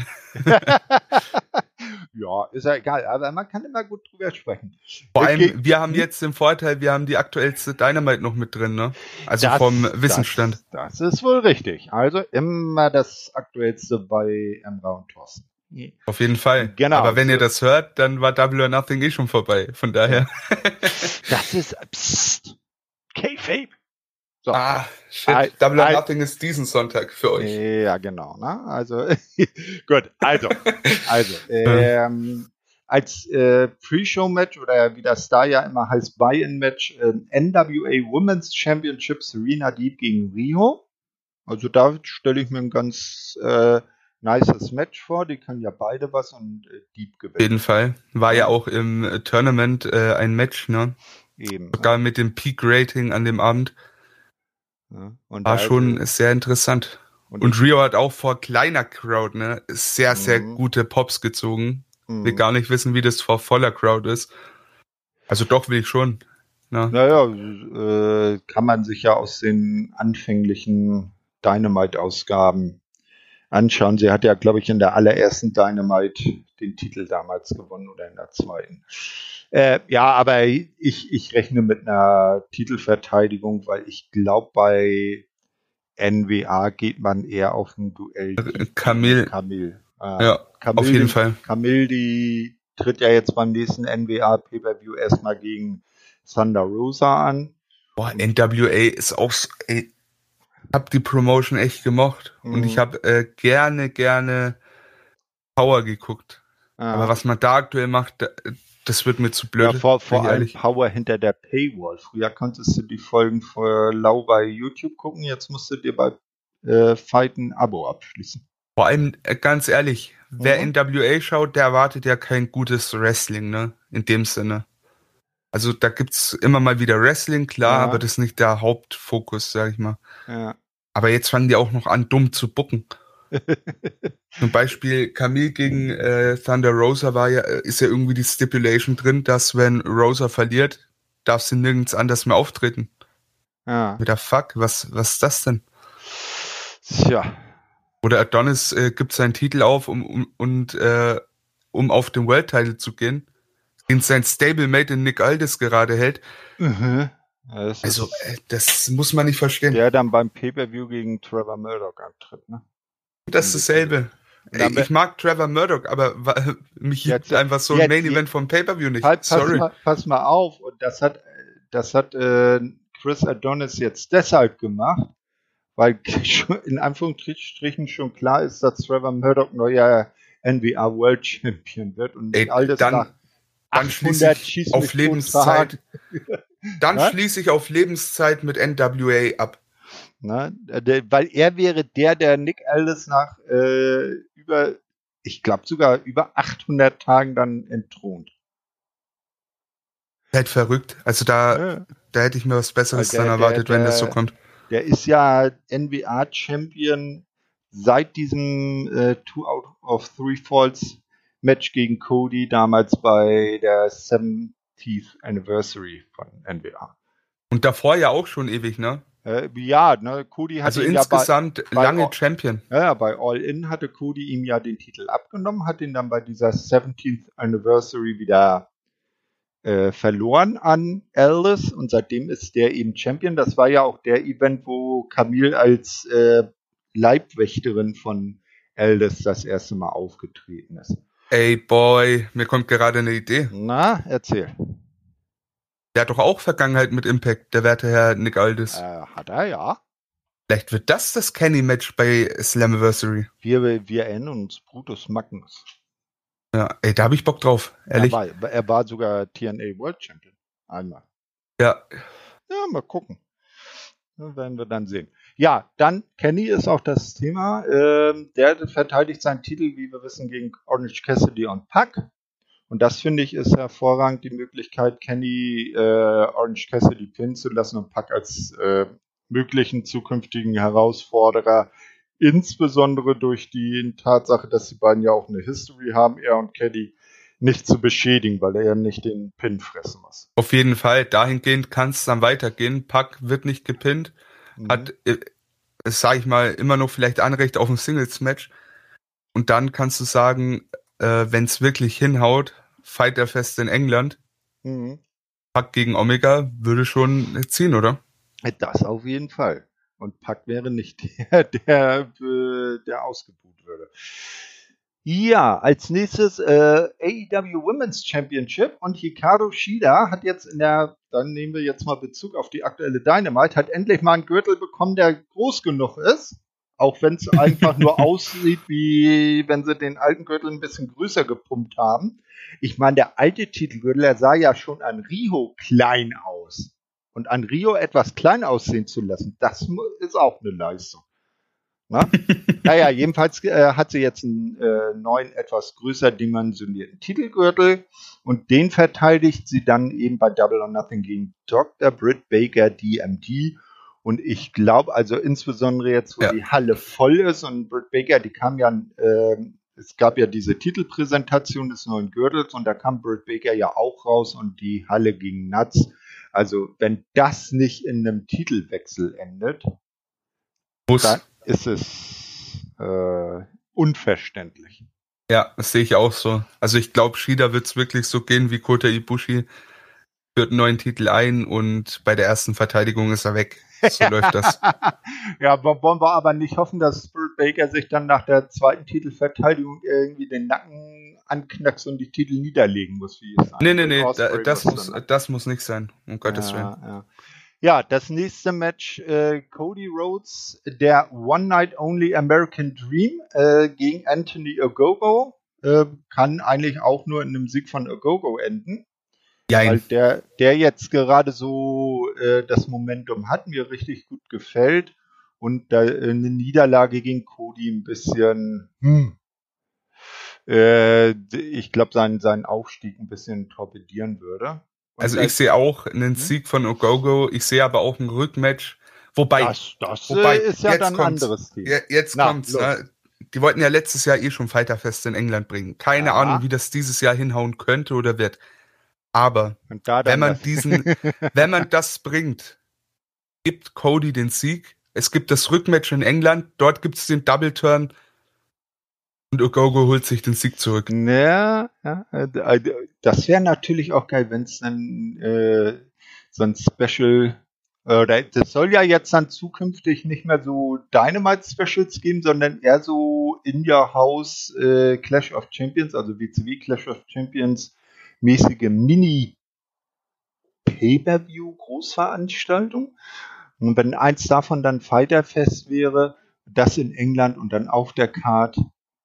Ja, ist ja egal, aber man kann immer gut drüber sprechen. Vor allem, wir haben jetzt den Vorteil, wir haben die aktuellste Dynamite noch mit drin, ne? Also vom Wissensstand. Das ist wohl richtig. Also immer das Aktuellste bei Emra und Thorsten. Auf jeden Fall. Genau. Aber wenn ihr das hört, dann war Double or Nothing schon vorbei. Von daher. Das ist K-Fape. So. Shit. Double or Nothing ist diesen Sonntag für euch. Ja, genau. Ne? Also gut. Also als Pre-Show-Match oder wie das da ja immer heißt, Buy-in-Match, NWA Women's Championship Serena Deeb gegen Riho. Also da stelle ich mir ein ganz nices Match vor. Die können ja beide was und Deeb gewinnen. Auf jeden Fall. War ja auch im Tournament ein Match, ne? Eben. Sogar mit dem Peak-Rating an dem Abend. Ja, und war schon sehr interessant. Und Rio hat auch vor kleiner Crowd, ne, sehr, sehr gute Pops gezogen. Will gar nicht wissen, wie das vor voller Crowd ist. Also doch will ich schon. Ne? Naja, kann man sich ja aus den anfänglichen Dynamite-Ausgaben anschauen. Sie hat ja, glaube ich, in der allerersten Dynamite den Titel damals gewonnen oder in der zweiten. Ja, aber ich rechne mit einer Titelverteidigung, weil ich glaube, bei NWA geht man eher auf ein Duell gegen Camille. Ja, Camille, auf jeden Fall. Camille, die tritt ja jetzt beim nächsten NWA Pay-Per-View erstmal gegen Thunder Rosa an. Boah, NWA ist auch, ey, hab die Promotion echt gemocht und ich habe gerne Power geguckt. Aber was man da aktuell macht, das wird mir zu blöd. Ja, vor allem Power hinter der Paywall. Früher konntest du die Folgen für lau bei YouTube gucken, jetzt musst du dir bei Fight ein Abo abschließen. Vor allem, ganz ehrlich, wer NWA schaut, der erwartet ja kein gutes Wrestling, ne? In dem Sinne. Also da gibt's immer mal wieder Wrestling, klar, aber das ist nicht der Hauptfokus, sag ich mal. Ja. Aber jetzt fangen die auch noch an, dumm zu bucken. Zum Beispiel Camille gegen Thunder Rosa ist ja irgendwie die Stipulation drin, dass wenn Rosa verliert, darf sie nirgends anders mehr auftreten. Ja. Mit der Fuck, was ist das denn? Tja. Oder Adonis gibt seinen Titel auf, um auf den World Title zu gehen, den sein Stablemate in Nick Aldis gerade hält. Ja, also, das muss man nicht verstehen. Der dann beim Pay-Per-View gegen Trevor Murdoch antritt, ne? Das ist dasselbe. Ich mag Trevor Murdoch, aber mich gibt einfach so ein Main-Event vom Pay-Per-View nicht. Sorry. Pass mal auf. Und das hat Chris Adonis jetzt deshalb gemacht, weil in Anführungsstrichen schon klar ist, dass Trevor Murdoch neuer NWA World Champion wird und nicht alles dann schließe ich auf Lebenszeit. Dann schließe ich auf Lebenszeit mit NWA ab. Na, weil er wäre der Nick Aldis nach ich glaube sogar über 800 Tagen dann entthront. Halt verrückt. Also da hätte ich mir was Besseres dann erwartet, wenn das so kommt. Der ist ja NWA-Champion seit diesem 2 out of 3 Falls Match gegen Cody, damals bei der 70th Anniversary von NWA. Und davor ja auch schon ewig, ne? Ja, ne, Cody hat also insgesamt bei lange Champion. Ja, bei All In hatte Cody ihm ja den Titel abgenommen, hat ihn dann bei dieser 17th Anniversary wieder verloren an Aldis und seitdem ist der eben Champion. Das war ja auch der Event, wo Camille als Leibwächterin von Aldis das erste Mal aufgetreten ist. Ey, Boy, mir kommt gerade eine Idee. Na, erzähl. Der hat doch auch Vergangenheit mit Impact, der werte Herr Nick Aldis. Hat er, ja. Vielleicht wird das Kenny-Match bei Slammiversary. Wir erinnern uns, Brutus Magnus. Ja, ey, da habe ich Bock drauf, ehrlich. Er war sogar TNA World Champion. Einmal. Ja. Ja, mal gucken. Das werden wir dann sehen. Ja, dann Kenny ist auch das Thema. Der verteidigt seinen Titel, wie wir wissen, gegen Orange Cassidy und Pac. Und das, finde ich, ist hervorragend, die Möglichkeit, Kenny Orange Cassidy pinnen zu lassen und Pac als möglichen zukünftigen Herausforderer, insbesondere durch die Tatsache, dass die beiden ja auch eine History haben, er und Kenny, nicht zu beschädigen, weil er ja nicht den Pin fressen muss. Auf jeden Fall, dahingehend kann es dann weitergehen. Pac wird nicht gepinnt, hat, sage ich mal, immer noch vielleicht Anrecht auf ein Singles-Match. Und dann kannst du sagen, wenn es wirklich hinhaut, Fighterfest in England, Pac gegen Omega würde schon ziehen, oder? Das auf jeden Fall. Und Pac wäre nicht der ausgebuht würde. Ja, als nächstes AEW Women's Championship und Hikaru Shida hat jetzt dann nehmen wir jetzt mal Bezug auf die aktuelle Dynamite, hat endlich mal einen Gürtel bekommen, der groß genug ist. Auch wenn es einfach nur aussieht, wie wenn sie den alten Gürtel ein bisschen größer gepumpt haben. Ich meine, der alte Titelgürtel, der sah ja schon an Rio klein aus. Und an Rio etwas klein aussehen zu lassen, das ist auch eine Leistung. Naja, jedenfalls hat sie jetzt einen neuen, etwas größer dimensionierten Titelgürtel und den verteidigt sie dann eben bei Double or Nothing gegen Dr. Britt Baker, DMD. Und ich glaube, also insbesondere jetzt, wo die Halle voll ist und Britt Baker, die kam ja, es gab ja diese Titelpräsentation des neuen Gürtels und da kam Britt Baker ja auch raus und die Halle ging nuts. Also wenn das nicht in einem Titelwechsel endet, dann ist es unverständlich. Ja, das sehe ich auch so. Also ich glaube, Shida wird es wirklich so gehen wie Kota Ibushi. Führt einen neuen Titel ein und bei der ersten Verteidigung ist er weg. So läuft das. Ja, wollen wir aber nicht hoffen, dass Britt Baker sich dann nach der zweiten Titelverteidigung irgendwie den Nacken anknackst und die Titel niederlegen muss, wie es Nee, das muss nicht sein, um Gottes Willen. Ja, das nächste Match, Cody Rhodes, der One Night Only American Dream gegen Anthony Ogogo, kann eigentlich auch nur in einem Sieg von Ogogo enden. Weil der jetzt gerade so das Momentum hat, mir richtig gut gefällt und da eine Niederlage gegen Cody ein bisschen, ich glaube, seinen Aufstieg ein bisschen torpedieren würde. Und also ich sehe auch einen Sieg von Ogogo, ich sehe aber auch ein Rückmatch. Wobei ist ja dann ein anderes Thema. Jetzt kommt's. Ne? Die wollten ja letztes Jahr schon Fighterfest in England bringen. Keine Ahnung, wie das dieses Jahr hinhauen könnte oder wird. Aber wenn man das bringt, gibt Cody den Sieg. Es gibt das Rückmatch in England, dort gibt es den Double Turn und Ogogo holt sich den Sieg zurück. Ja, das wäre natürlich auch geil, wenn es dann so ein Special, das soll ja jetzt dann zukünftig nicht mehr so Dynamite-Specials geben, sondern eher so in your house Clash of Champions, also WCW Clash of Champions mäßige Mini-Pay-Per-View-Großveranstaltung. Und wenn eins davon dann Fighterfest wäre, das in England und dann auf der Card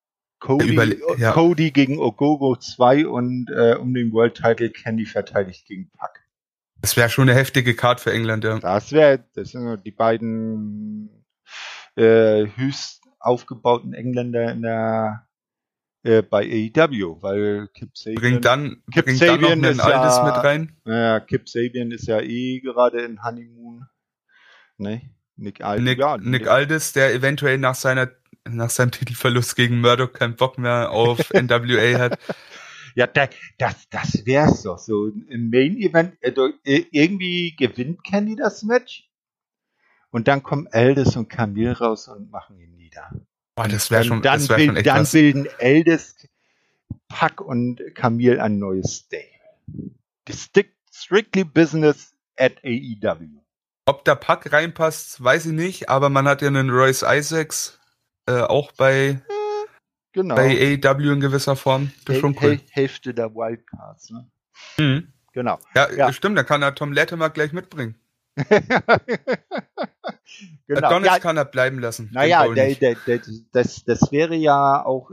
Cody gegen Ogogo 2 und um den World Title Kenny verteidigt gegen Puck. Das wäre schon eine heftige Card für England, ja. Das sind die beiden höchst aufgebauten Engländer in der bei AEW, weil Kip Sabian bringt dann noch einen Aldis mit rein. Ja, Kip Sabian ist ja wieder in Honeymoon. Ne? Nick Aldis, der eventuell nach seinem Titelverlust gegen Murdoch keinen Bock mehr auf NWA hat. Ja, das wär's doch. So im Main Event, irgendwie gewinnt Kenny das Match und dann kommen Aldis und Camille raus und machen ihn nieder. Boah, das wäre schon echt dann was. Bilden Aldis, Puck und Camille ein neues Stable. Strictly Business at AEW. Ob der Puck reinpasst, weiß ich nicht, aber man hat ja einen Royce Isaacs auch bei AEW in gewisser Form. Das ist schon cool. Hälfte der Wildcards, ne? Mhm. Genau. Ja, stimmt, da kann er Tom Latimer gleich mitbringen. Genau. Adonis kann er bleiben lassen. Naja, das wäre ja auch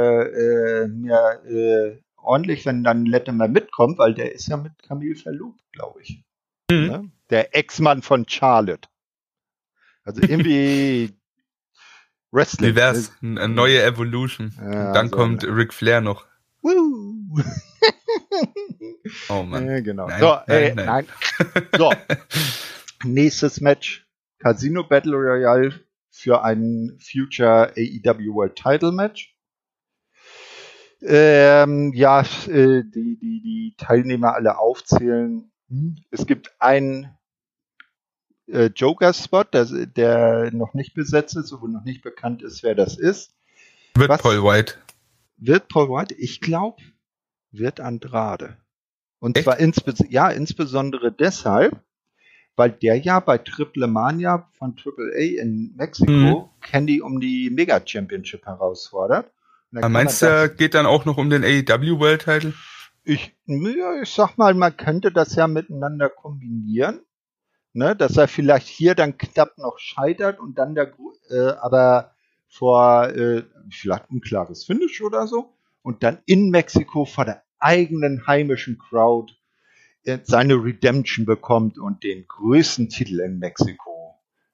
ordentlich, wenn dann Latimer mitkommt, weil der ist ja mit Camille verlobt, glaube ich. Mhm. Ne? Der Ex-Mann von Charlotte. Also irgendwie Wrestling. Wie wär's? Eine neue Evolution. Ja, und dann kommt Ric Flair noch. Woo! Oh Mann. Genau. Nein. So, nächstes Match. Casino Battle Royale für ein Future AEW World Title Match. Die Teilnehmer alle aufzählen. Es gibt einen Joker-Spot, der noch nicht besetzt ist, wo noch nicht bekannt ist, wer das ist. Paul White? Wird Paul White? Ich glaube, wird Andrade. Und echt? Zwar insbesondere deshalb, weil der ja bei Triple Mania von Triple A in Mexiko Candy um die Mega Championship herausfordert. Meinst du, geht dann auch noch um den AEW World Title? Ich sag mal, man könnte das ja miteinander kombinieren, ne, dass er vielleicht hier dann knapp noch scheitert und dann aber vor vielleicht ein klares Finish oder so und dann in Mexiko vor der eigenen heimischen Crowd seine Redemption bekommt und den größten Titel in Mexiko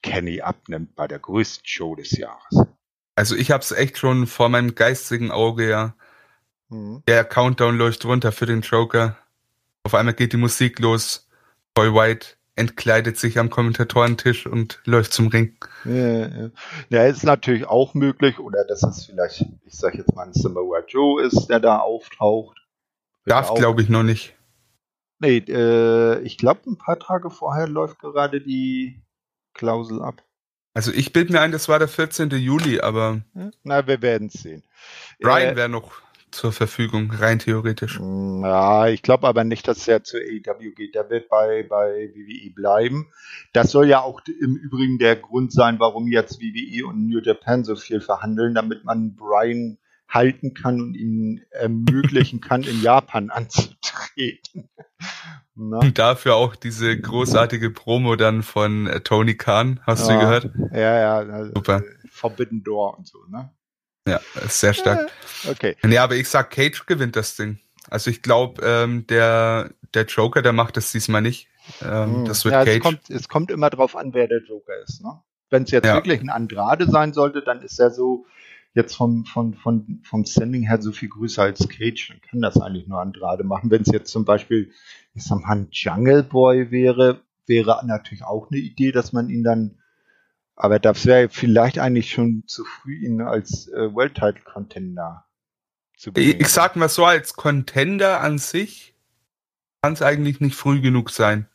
Kenny abnimmt bei der größten Show des Jahres. Also ich habe es echt schon vor meinem geistigen Auge, ja. Der Countdown läuft runter für den Joker. Auf einmal geht die Musik los. Paul White entkleidet sich am Kommentatorentisch und läuft zum Ring. Ja, ist natürlich auch möglich, oder dass es vielleicht, ich sag jetzt mal, ein Samoa Joe ist, der da auftaucht. Darf, glaube ich, noch nicht. Nee, ich glaube, ein paar Tage vorher läuft gerade die Klausel ab. Also ich bilde mir ein, das war der 14. Juli, aber... Na, wir werden es sehen. Brian wäre noch zur Verfügung, rein theoretisch. Ja, ich glaube aber nicht, dass er zur AEW geht. Der wird bei WWE bleiben. Das soll ja auch im Übrigen der Grund sein, warum jetzt WWE und New Japan so viel verhandeln, damit man Brian halten kann und ihm ermöglichen kann, in Japan anzutreten. Und dafür auch diese großartige Promo dann von Tony Khan, hast du gehört? Ja, also super. Forbidden Door und so, ne? Ja, sehr stark. Okay. Ja, aber ich sag, Cage gewinnt das Ding. Also ich glaube, der Joker, der macht das diesmal nicht. Das wird Cage. Es kommt immer drauf an, wer der Joker ist, ne? Wenn es jetzt wirklich ein Andrade sein sollte, dann ist er so jetzt vom Standing her so viel größer als Cage, dann kann das eigentlich nur Andrade machen. Wenn es jetzt zum Beispiel, ich sag mal, ein Jungle Boy wäre natürlich auch eine Idee, dass man ihn dann, aber das wäre vielleicht eigentlich schon zu früh, ihn als World Title Contender zu bringen. Ich sag mal so, als Contender an sich kann es eigentlich nicht früh genug sein.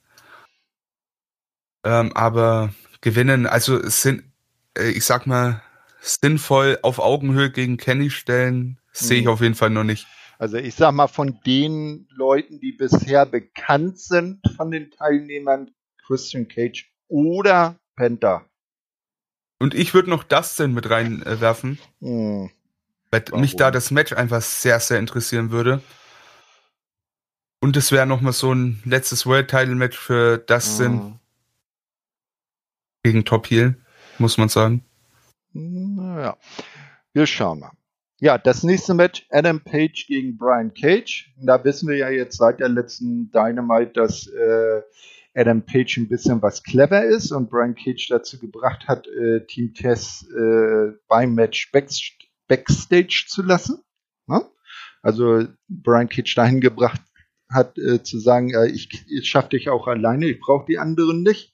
Aber gewinnen, also es sind, ich sag mal, sinnvoll auf Augenhöhe gegen Kenny stellen, sehe ich auf jeden Fall noch nicht. Also ich sag mal, von den Leuten, die bisher bekannt sind von den Teilnehmern, Christian Cage oder Penta. Und ich würde noch Dustin mit reinwerfen, weil mich da das Match einfach sehr, sehr interessieren würde. Und es wäre nochmal so ein letztes World-Title-Match für Dustin gegen Top Heel, muss man sagen. Naja, wir schauen mal. Ja, das nächste Match, Adam Page gegen Brian Cage. Da wissen wir ja jetzt seit der letzten Dynamite, dass Adam Page ein bisschen was clever ist und Brian Cage dazu gebracht hat, Team Tess beim Match Backstage zu lassen. Ne? Also Brian Cage dahin gebracht hat, zu sagen, ich schaffe dich auch alleine, ich brauche die anderen nicht.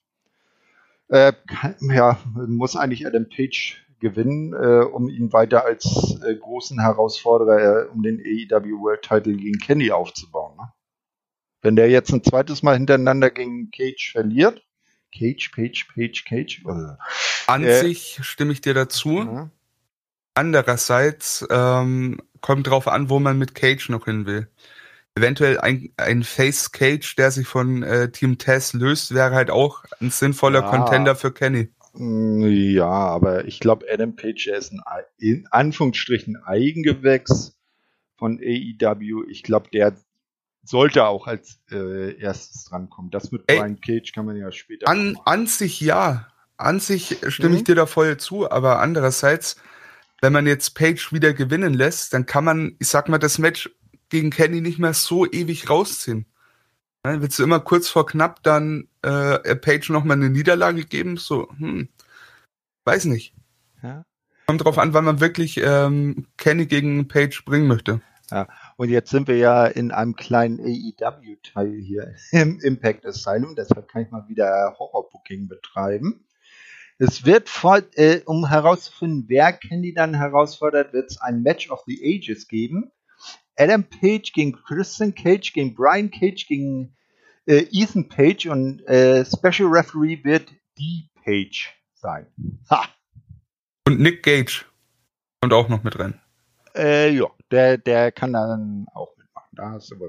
Muss eigentlich Adam Page gewinnen, um ihn weiter als großen Herausforderer um den AEW World Title gegen Kenny aufzubauen. Ne? Wenn der jetzt ein zweites Mal hintereinander gegen Cage verliert, Cage. An sich stimme ich dir dazu. Andererseits kommt drauf an, wo man mit Cage noch hin will. Eventuell ein Face Cage, der sich von Team Tess löst, wäre halt auch ein sinnvoller Contender für Kenny. Ja, aber ich glaube, Adam Page ist ein in Anführungsstrichen Eigengewächs von AEW. Ich glaube, der sollte auch als erstes drankommen. Das mit Brian Cage kann man ja später machen. An sich ja. An sich stimme ich dir da voll zu, aber andererseits, wenn man jetzt Page wieder gewinnen lässt, dann kann man, ich sag mal, das Match gegen Kenny nicht mehr so ewig rausziehen. Dann willst du immer kurz vor knapp dann Page nochmal eine Niederlage geben? So, weiß nicht. Ja. Kommt drauf an, wann man wirklich Kenny gegen Page bringen möchte. Ja, und jetzt sind wir ja in einem kleinen AEW-Teil hier im Impact Asylum, deshalb kann ich mal wieder Horrorbooking betreiben. Es wird, um herauszufinden, wer Kenny dann herausfordert, wird es ein Match of the Ages geben. Adam Page gegen Christian Cage, gegen Brian Cage, gegen Ethan Page und Special Referee wird D. Page sein. Ha! Und Nick Gage kommt auch noch mit rein. Ja, der kann dann auch mitmachen, da hast du aber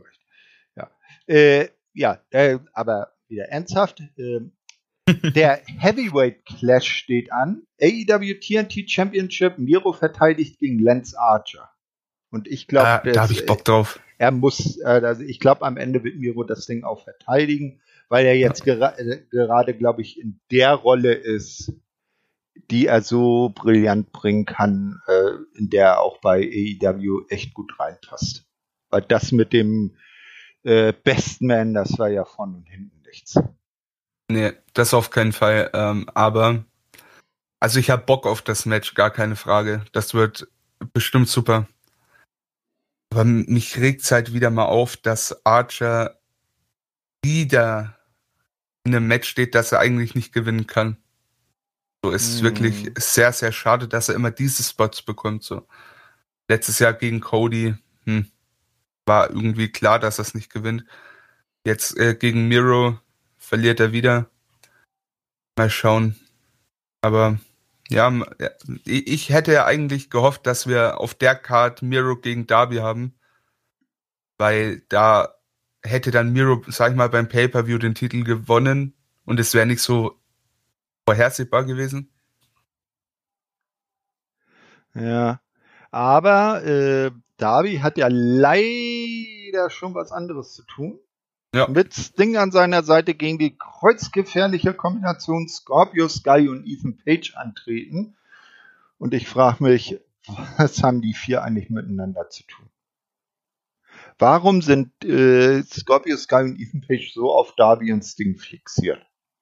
recht. Aber wieder ernsthaft, der Heavyweight Clash steht an. AEW TNT Championship, Miro verteidigt gegen Lance Archer. Und ich glaube, da habe ich Bock drauf. Er muss, also ich glaube, am Ende wird Miro das Ding auch verteidigen, weil er jetzt gerade, glaube ich, in der Rolle ist, die er so brillant bringen kann, in der er auch bei AEW echt gut reinpasst. Weil das mit dem Best Man, das war ja vorne und hinten nichts. Nee, das auf keinen Fall. Aber Also ich habe Bock auf das Match, gar keine Frage. Das wird bestimmt super. Aber mich regt's halt wieder mal auf, dass Archer wieder in einem Match steht, das er eigentlich nicht gewinnen kann. So ist es wirklich sehr, sehr schade, dass er immer diese Spots bekommt. So letztes Jahr gegen Cody war irgendwie klar, dass er es nicht gewinnt. Jetzt gegen Miro verliert er wieder. Mal schauen. Aber ja, ich hätte ja eigentlich gehofft, dass wir auf der Card Miro gegen Darby haben, weil da hätte dann Miro, sag ich mal, beim Pay-Per-View den Titel gewonnen und es wäre nicht so vorhersehbar gewesen. Ja, aber Darby hat ja leider schon was anderes zu tun. Ja. Mit Sting an seiner Seite gegen die kreuzgefährliche Kombination Scorpio Sky und Ethan Page antreten. Und ich frage mich, was haben die vier eigentlich miteinander zu tun? Warum sind Scorpio Sky und Ethan Page so auf Darby und Sting fixiert?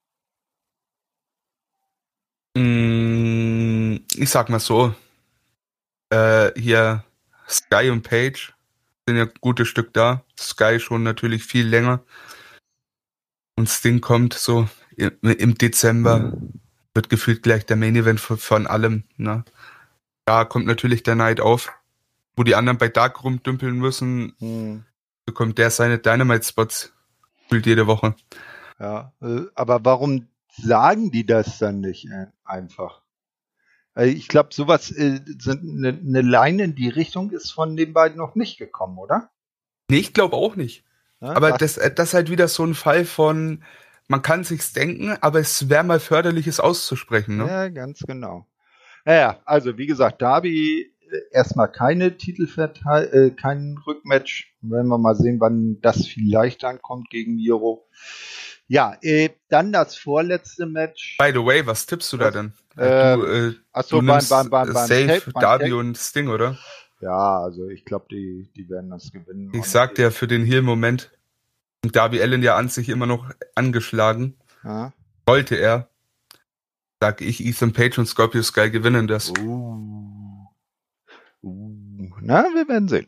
Ich sag mal so, hier Sky und Page sind ja ein gutes Stück da. Sky schon natürlich viel länger. Und Sting kommt so im Dezember. Wird gefühlt gleich der Main Event von allem. Ne? Da kommt natürlich der Night auf. Wo die anderen bei Dark rumdümpeln müssen, bekommt der seine Dynamite-Spots gefühlt jede Woche. Ja, aber warum sagen die das dann nicht einfach? Ich glaube, sowas, eine Line in die Richtung ist von den beiden noch nicht gekommen, oder? Nee, ich glaube auch nicht. Ja, aber das ist halt wieder so ein Fall von, man kann sich's denken, aber es wäre mal förderlich, es auszusprechen. Ne? Ja, ganz genau. Naja, also wie gesagt, Darby erstmal keine kein Rückmatch. Werden wir mal sehen, wann das vielleicht ankommt gegen Miro. Ja, dann das vorletzte Match. By the way, was tippst du da denn? Du nimmst safe Darby und Sting, oder? Ja, also ich glaube, die werden das gewinnen. Ich sagte ja für den Heel-Moment, Darby Allin ja an sich immer noch angeschlagen. Wollte er. Sag ich, Ethan Page und Scorpio Sky gewinnen das. Na, wir werden sehen.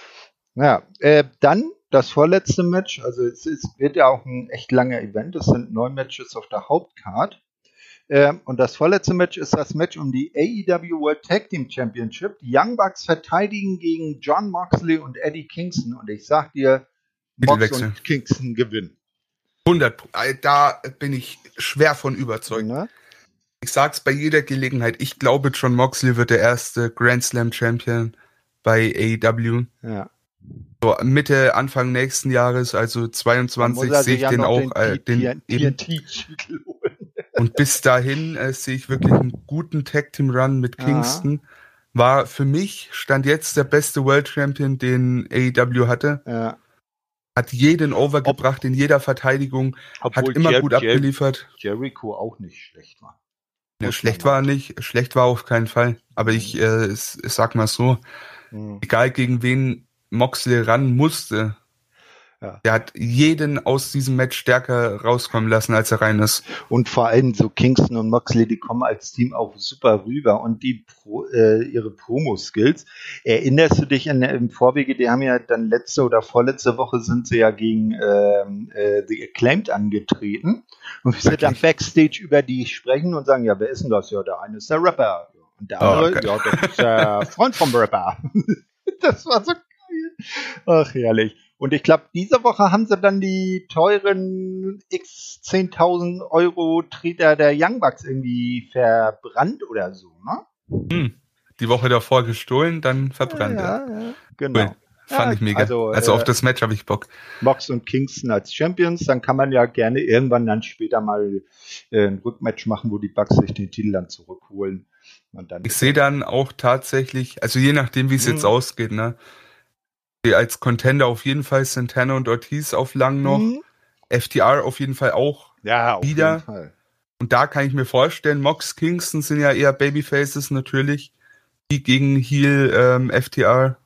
Ja, dann das vorletzte Match. Also es wird ja auch ein echt langer Event. Es sind 9 Matches auf der Hauptcard. Und das vorletzte Match ist das Match um die AEW World Tag Team Championship. Die Young Bucks verteidigen gegen Jon Moxley und Eddie Kingston. Und ich sag dir, Mox und Kingston gewinnen. 100. Da bin ich schwer von überzeugt. Ja. Ich sag's bei jeder Gelegenheit. Ich glaube, Jon Moxley wird der erste Grand Slam Champion bei AEW. Ja. So Mitte, Anfang nächsten Jahres, also 22, sehe ich den auch den TNT-Titel holen. Und bis dahin sehe ich wirklich einen guten Tag-Team-Run mit Kingston. War für mich, stand jetzt der beste World Champion, den AEW hatte. Ja. Hat jeden overgebracht in jeder Verteidigung. Hat immer gut abgeliefert. Jericho auch nicht schlecht war. Ja, schlecht war er nicht. Schlecht war auf keinen Fall. Aber ich sag mal so, egal gegen wen Moxley ran musste, der hat jeden aus diesem Match stärker rauskommen lassen, als er rein ist. Und vor allem so Kingston und Moxley, die kommen als Team auch super rüber und die ihre Promo-Skills. Erinnerst du dich im Vorwege, die haben ja dann letzte oder vorletzte Woche sind sie ja gegen The Acclaimed angetreten und wir sind dann Backstage über die sprechen und sagen, ja, wer ist denn das? Ja, der eine ist der Rapper und der andere, ja, das ist der Freund vom Rapper. Das war so geil. Ach, herrlich. Und ich glaube, diese Woche haben sie dann die teuren x 10.000 € Treter der Young Bucks irgendwie verbrannt oder so, ne? Die Woche davor gestohlen, dann verbrannt. Ja, genau. Cool. Fand ich mega. Also auf das Match habe ich Bock. Mox und Kingston als Champions, dann kann man ja gerne irgendwann dann später mal ein Rückmatch machen, wo die Bucks sich den Titel dann zurückholen. Und dann ich sehe dann auch tatsächlich, also je nachdem, wie es jetzt ausgeht, ne? Als Contender auf jeden Fall Santana und Ortiz auf lang noch. FTR auf jeden Fall auch auf wieder. Jeden Fall. Und da kann ich mir vorstellen, Mox, Kingston sind ja eher Babyfaces natürlich, die gegen Heel FTR.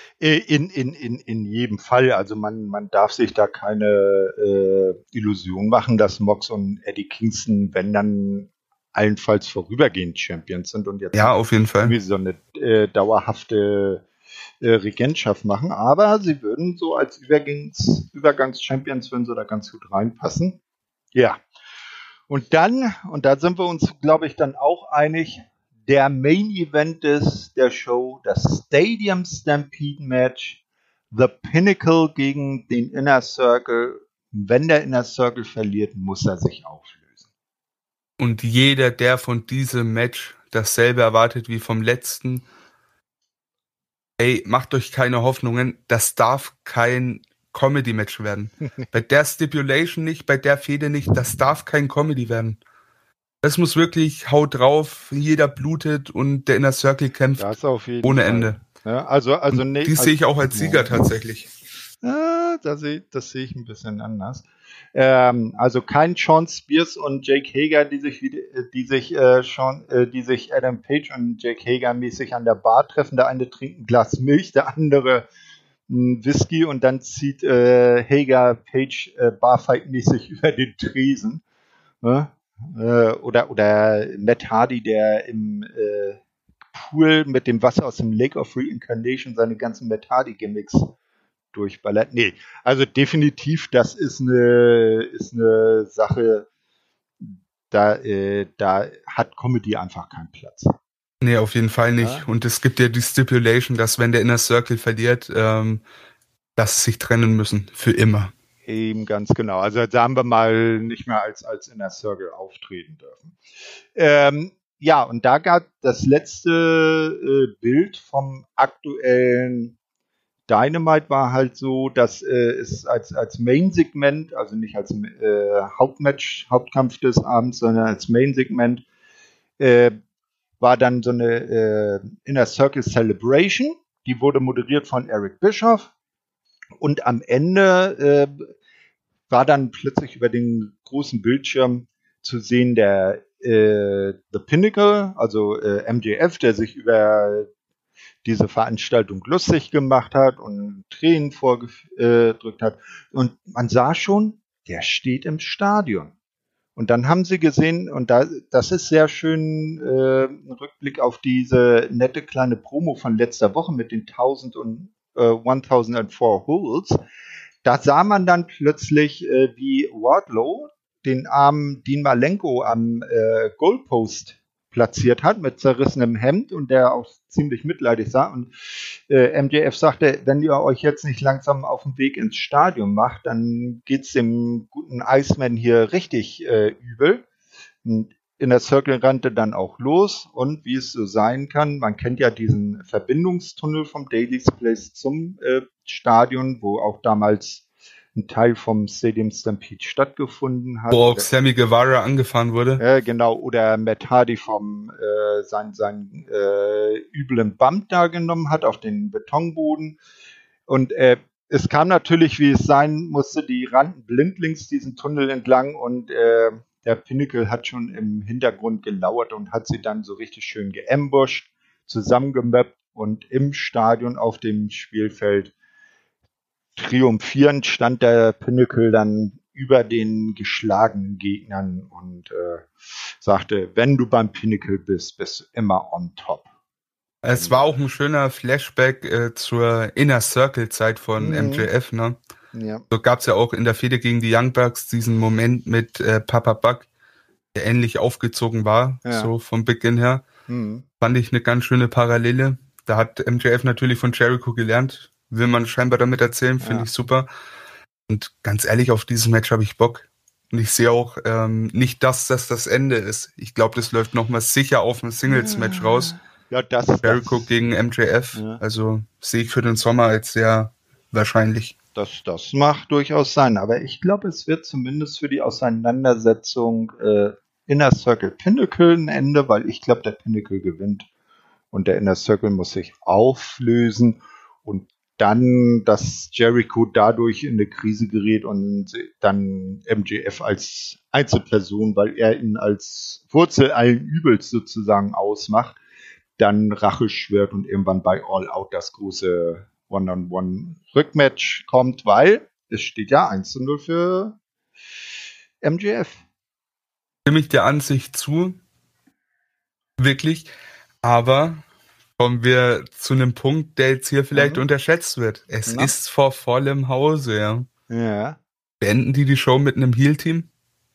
In jedem Fall. Also man darf sich da keine Illusion machen, dass Mox und Eddie Kingston, wenn dann allenfalls vorübergehend Champions sind und jetzt auf jeden Fall irgendwie so eine dauerhafte Regentschaft machen. Aber sie würden so als Übergangs-Champions würden sie da ganz gut reinpassen. Ja. Und da sind wir uns, glaube ich, dann auch einig, der Main Event der Show, das Stadium Stampede Match, The Pinnacle gegen den Inner Circle. Wenn der Inner Circle verliert, muss er sich auflösen. Und jeder, der von diesem Match dasselbe erwartet wie vom letzten, macht euch keine Hoffnungen, das darf kein Comedy-Match werden. Bei der Stipulation nicht, bei der Fehde nicht, das darf kein Comedy werden. Das muss wirklich Haut drauf, jeder blutet und der Inner Circle kämpft ohne Fall. Ende. Ja, also die sehe ich auch als Sieger tatsächlich. Das sehe ich ein bisschen anders. Also kein Sean Spears und Jake Hager, die sich Adam Page und Jake Hager mäßig an der Bar treffen. Der eine trinkt ein Glas Milch, der andere ein Whisky und dann zieht Hager Page Barfight-mäßig über den Tresen. Oder Matt Hardy, der im Pool mit dem Wasser aus dem Lake of Reincarnation seine ganzen Matt Hardy-Gimmicks durchballert. Nee, also definitiv, das ist eine Sache, da hat Comedy einfach keinen Platz. Nee, auf jeden Fall nicht. Ja. Und es gibt ja die Stipulation, dass wenn der Inner Circle verliert, dass sie sich trennen müssen. Für immer. Eben, ganz genau. Also sagen wir mal, nicht mehr als Inner Circle auftreten dürfen. Ja, und da gab das letzte Bild vom aktuellen Dynamite war halt so, dass es als Main-Segment, also nicht als Hauptkampf des Abends, sondern als Main-Segment, war dann so eine Inner Circle Celebration. Die wurde moderiert von Eric Bischoff. Und am Ende war dann plötzlich über den großen Bildschirm zu sehen der The Pinnacle, also MJF, der sich über diese Veranstaltung lustig gemacht hat und Tränen vorgedrückt hat. Und man sah schon, der steht im Stadion. Und dann haben sie gesehen, und das ist sehr schön ein Rückblick auf diese nette kleine Promo von letzter Woche mit den 1004 Holes. Da sah man dann plötzlich, wie Wardlow den armen Dean Malenko am Goalpost platziert hat mit zerrissenem Hemd und der auch ziemlich mitleidig sah. Und MJF sagte, wenn ihr euch jetzt nicht langsam auf den Weg ins Stadion macht, dann geht's dem guten Iceman hier richtig übel. Und Inner Circle rannte dann auch los und wie es so sein kann, man kennt ja diesen Verbindungstunnel vom Daily's Place zum Stadion, wo auch damals ein Teil vom Stadium Stampede stattgefunden hat. Wo auch Sammy Guevara angefahren wurde. Genau, oder Matt Hardy seinen üblen Bump da genommen hat auf den Betonboden. Und es kam natürlich, wie es sein musste, die rannten blindlings diesen Tunnel entlang und der Pinnacle hat schon im Hintergrund gelauert und hat sie dann so richtig schön geambusht, zusammengemappt und im Stadion auf dem Spielfeld triumphierend stand der Pinnacle dann über den geschlagenen Gegnern und sagte, wenn du beim Pinnacle bist, bist du immer on top. Es war auch ein schöner Flashback zur Inner Circle Zeit von MJF, ne? Ja. So gab es ja auch in der Fehde gegen die Young Bucks diesen Moment mit Papa Buck, der ähnlich aufgezogen war, so vom Beginn her. Fand ich eine ganz schöne Parallele. Da hat MJF natürlich von Jericho gelernt, will man scheinbar damit erzählen, finde ich super. Und ganz ehrlich, auf dieses Match habe ich Bock. Und ich sehe auch nicht, dass das das Ende ist. Ich glaube, das läuft nochmal sicher auf ein Singles-Match raus. Ja, Jericho gegen MJF. Ja. Also sehe ich für den Sommer als sehr wahrscheinlich. Das mag durchaus sein. Aber ich glaube, es wird zumindest für die Auseinandersetzung Inner Circle Pinnacle ein Ende, weil ich glaube, der Pinnacle gewinnt. Und der Inner Circle muss sich auflösen. Und dann, dass Jericho dadurch in eine Krise gerät und dann MJF als Einzelperson, weil er ihn als Wurzel allen Übels sozusagen ausmacht, dann Rache schwört und irgendwann bei All Out das große One-on-One-Rückmatch kommt, weil es steht ja 1:0 für MJF. Stimme ich der Ansicht zu. Wirklich. Aber kommen wir zu einem Punkt, der jetzt hier vielleicht unterschätzt wird. Es ist vor vollem Hause, ja. Ja. Beenden die Show mit einem Heel-Team?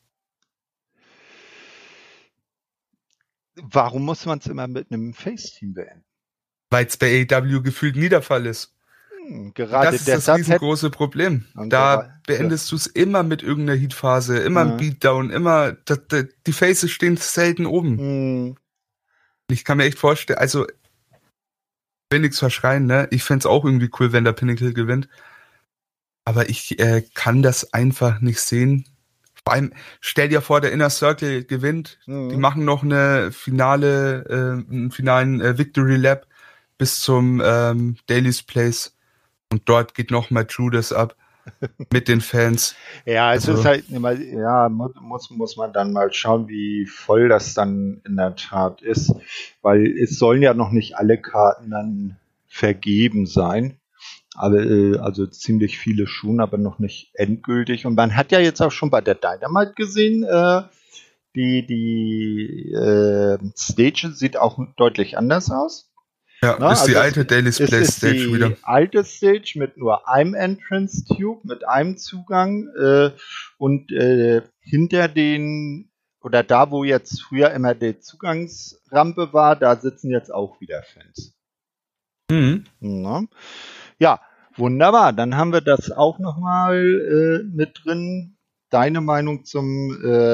Warum muss man es immer mit einem Face-Team beenden? Weil es bei AEW gefühlt nie der Fall ist. Gerade das ist das riesengroße Problem. Da beendest du es immer mit irgendeiner Heatphase, immer ein Beatdown, immer, die Faces stehen selten oben. Ich kann mir echt vorstellen, also, ich will nichts verschreien, ne? Ich fände es auch irgendwie cool, wenn der Pinnacle gewinnt. Aber ich kann das einfach nicht sehen. Vor allem, stell dir vor, der Inner Circle gewinnt. Die machen noch einen finalen Victory Lap bis zum Daily's Place. Und dort geht nochmal Judas ab mit den Fans. Ja, es ist halt immer, muss man dann mal schauen, wie voll das dann in der Tat ist. Weil es sollen ja noch nicht alle Karten dann vergeben sein. Aber, also ziemlich viele schon, aber noch nicht endgültig. Und man hat ja jetzt auch schon bei der Dynamite gesehen, die Stage sieht auch deutlich anders aus. Ja, ist die alte Daily's Place Stage wieder. Die alte Stage mit nur einem Entrance Tube, mit einem Zugang und hinter den, oder da, wo jetzt früher immer die Zugangsrampe war, da sitzen jetzt auch wieder Fans. Ja, wunderbar. Dann haben wir das auch nochmal mit drin. Deine Meinung zum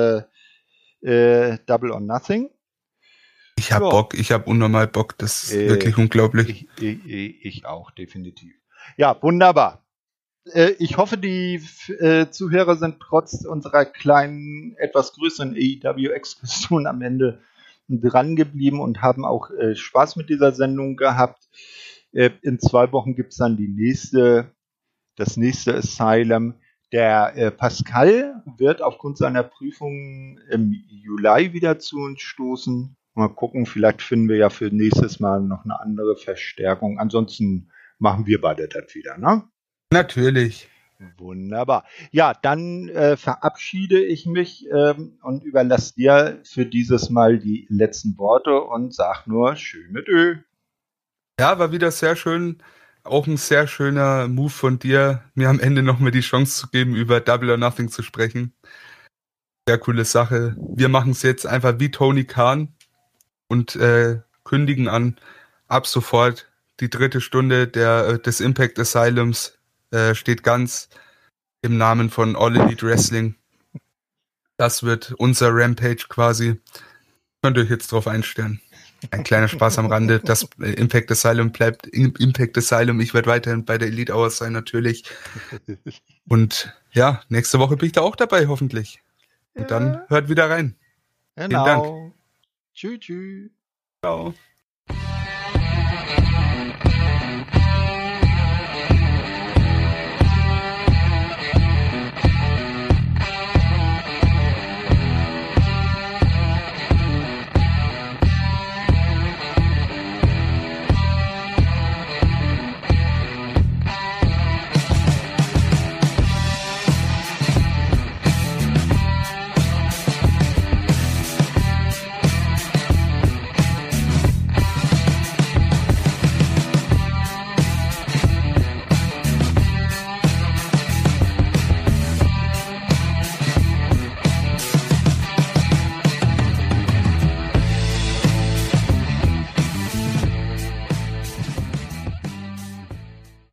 Double or Nothing? Ich habe Bock, ich habe unnormal Bock, das ist wirklich unglaublich. Ich auch, definitiv. Ja, wunderbar. Ich hoffe, die Zuhörer sind trotz unserer kleinen, etwas größeren AEW-Exkursion am Ende dran geblieben und haben auch Spaß mit dieser Sendung gehabt. In 2 Wochen gibt es dann das nächste Asylum. Der Pascal wird aufgrund seiner Prüfung im Juli wieder zu uns stoßen. Mal gucken, vielleicht finden wir ja für nächstes Mal noch eine andere Verstärkung. Ansonsten machen wir beide das wieder, ne? Natürlich. Wunderbar. Ja, dann verabschiede ich mich und überlasse dir für dieses Mal die letzten Worte und sag nur schön mit Ö. Ja, war wieder sehr schön. Auch ein sehr schöner Move von dir, mir am Ende nochmal die Chance zu geben, über Double or Nothing zu sprechen. Sehr coole Sache. Wir machen es jetzt einfach wie Tony Khan und kündigen an, ab sofort die 3. Stunde des Impact Asylums steht ganz im Namen von All Elite Wrestling. Das wird unser Rampage quasi. Könnt ihr euch jetzt drauf einstellen. Ein kleiner Spaß am Rande. Das Impact Asylum bleibt Impact Asylum. Ich werde weiterhin bei der Elite Hours sein, natürlich. Und ja, nächste Woche bin ich da auch dabei, hoffentlich. Und dann hört wieder rein. Genau. Vielen Dank. Tschüss. Ciao.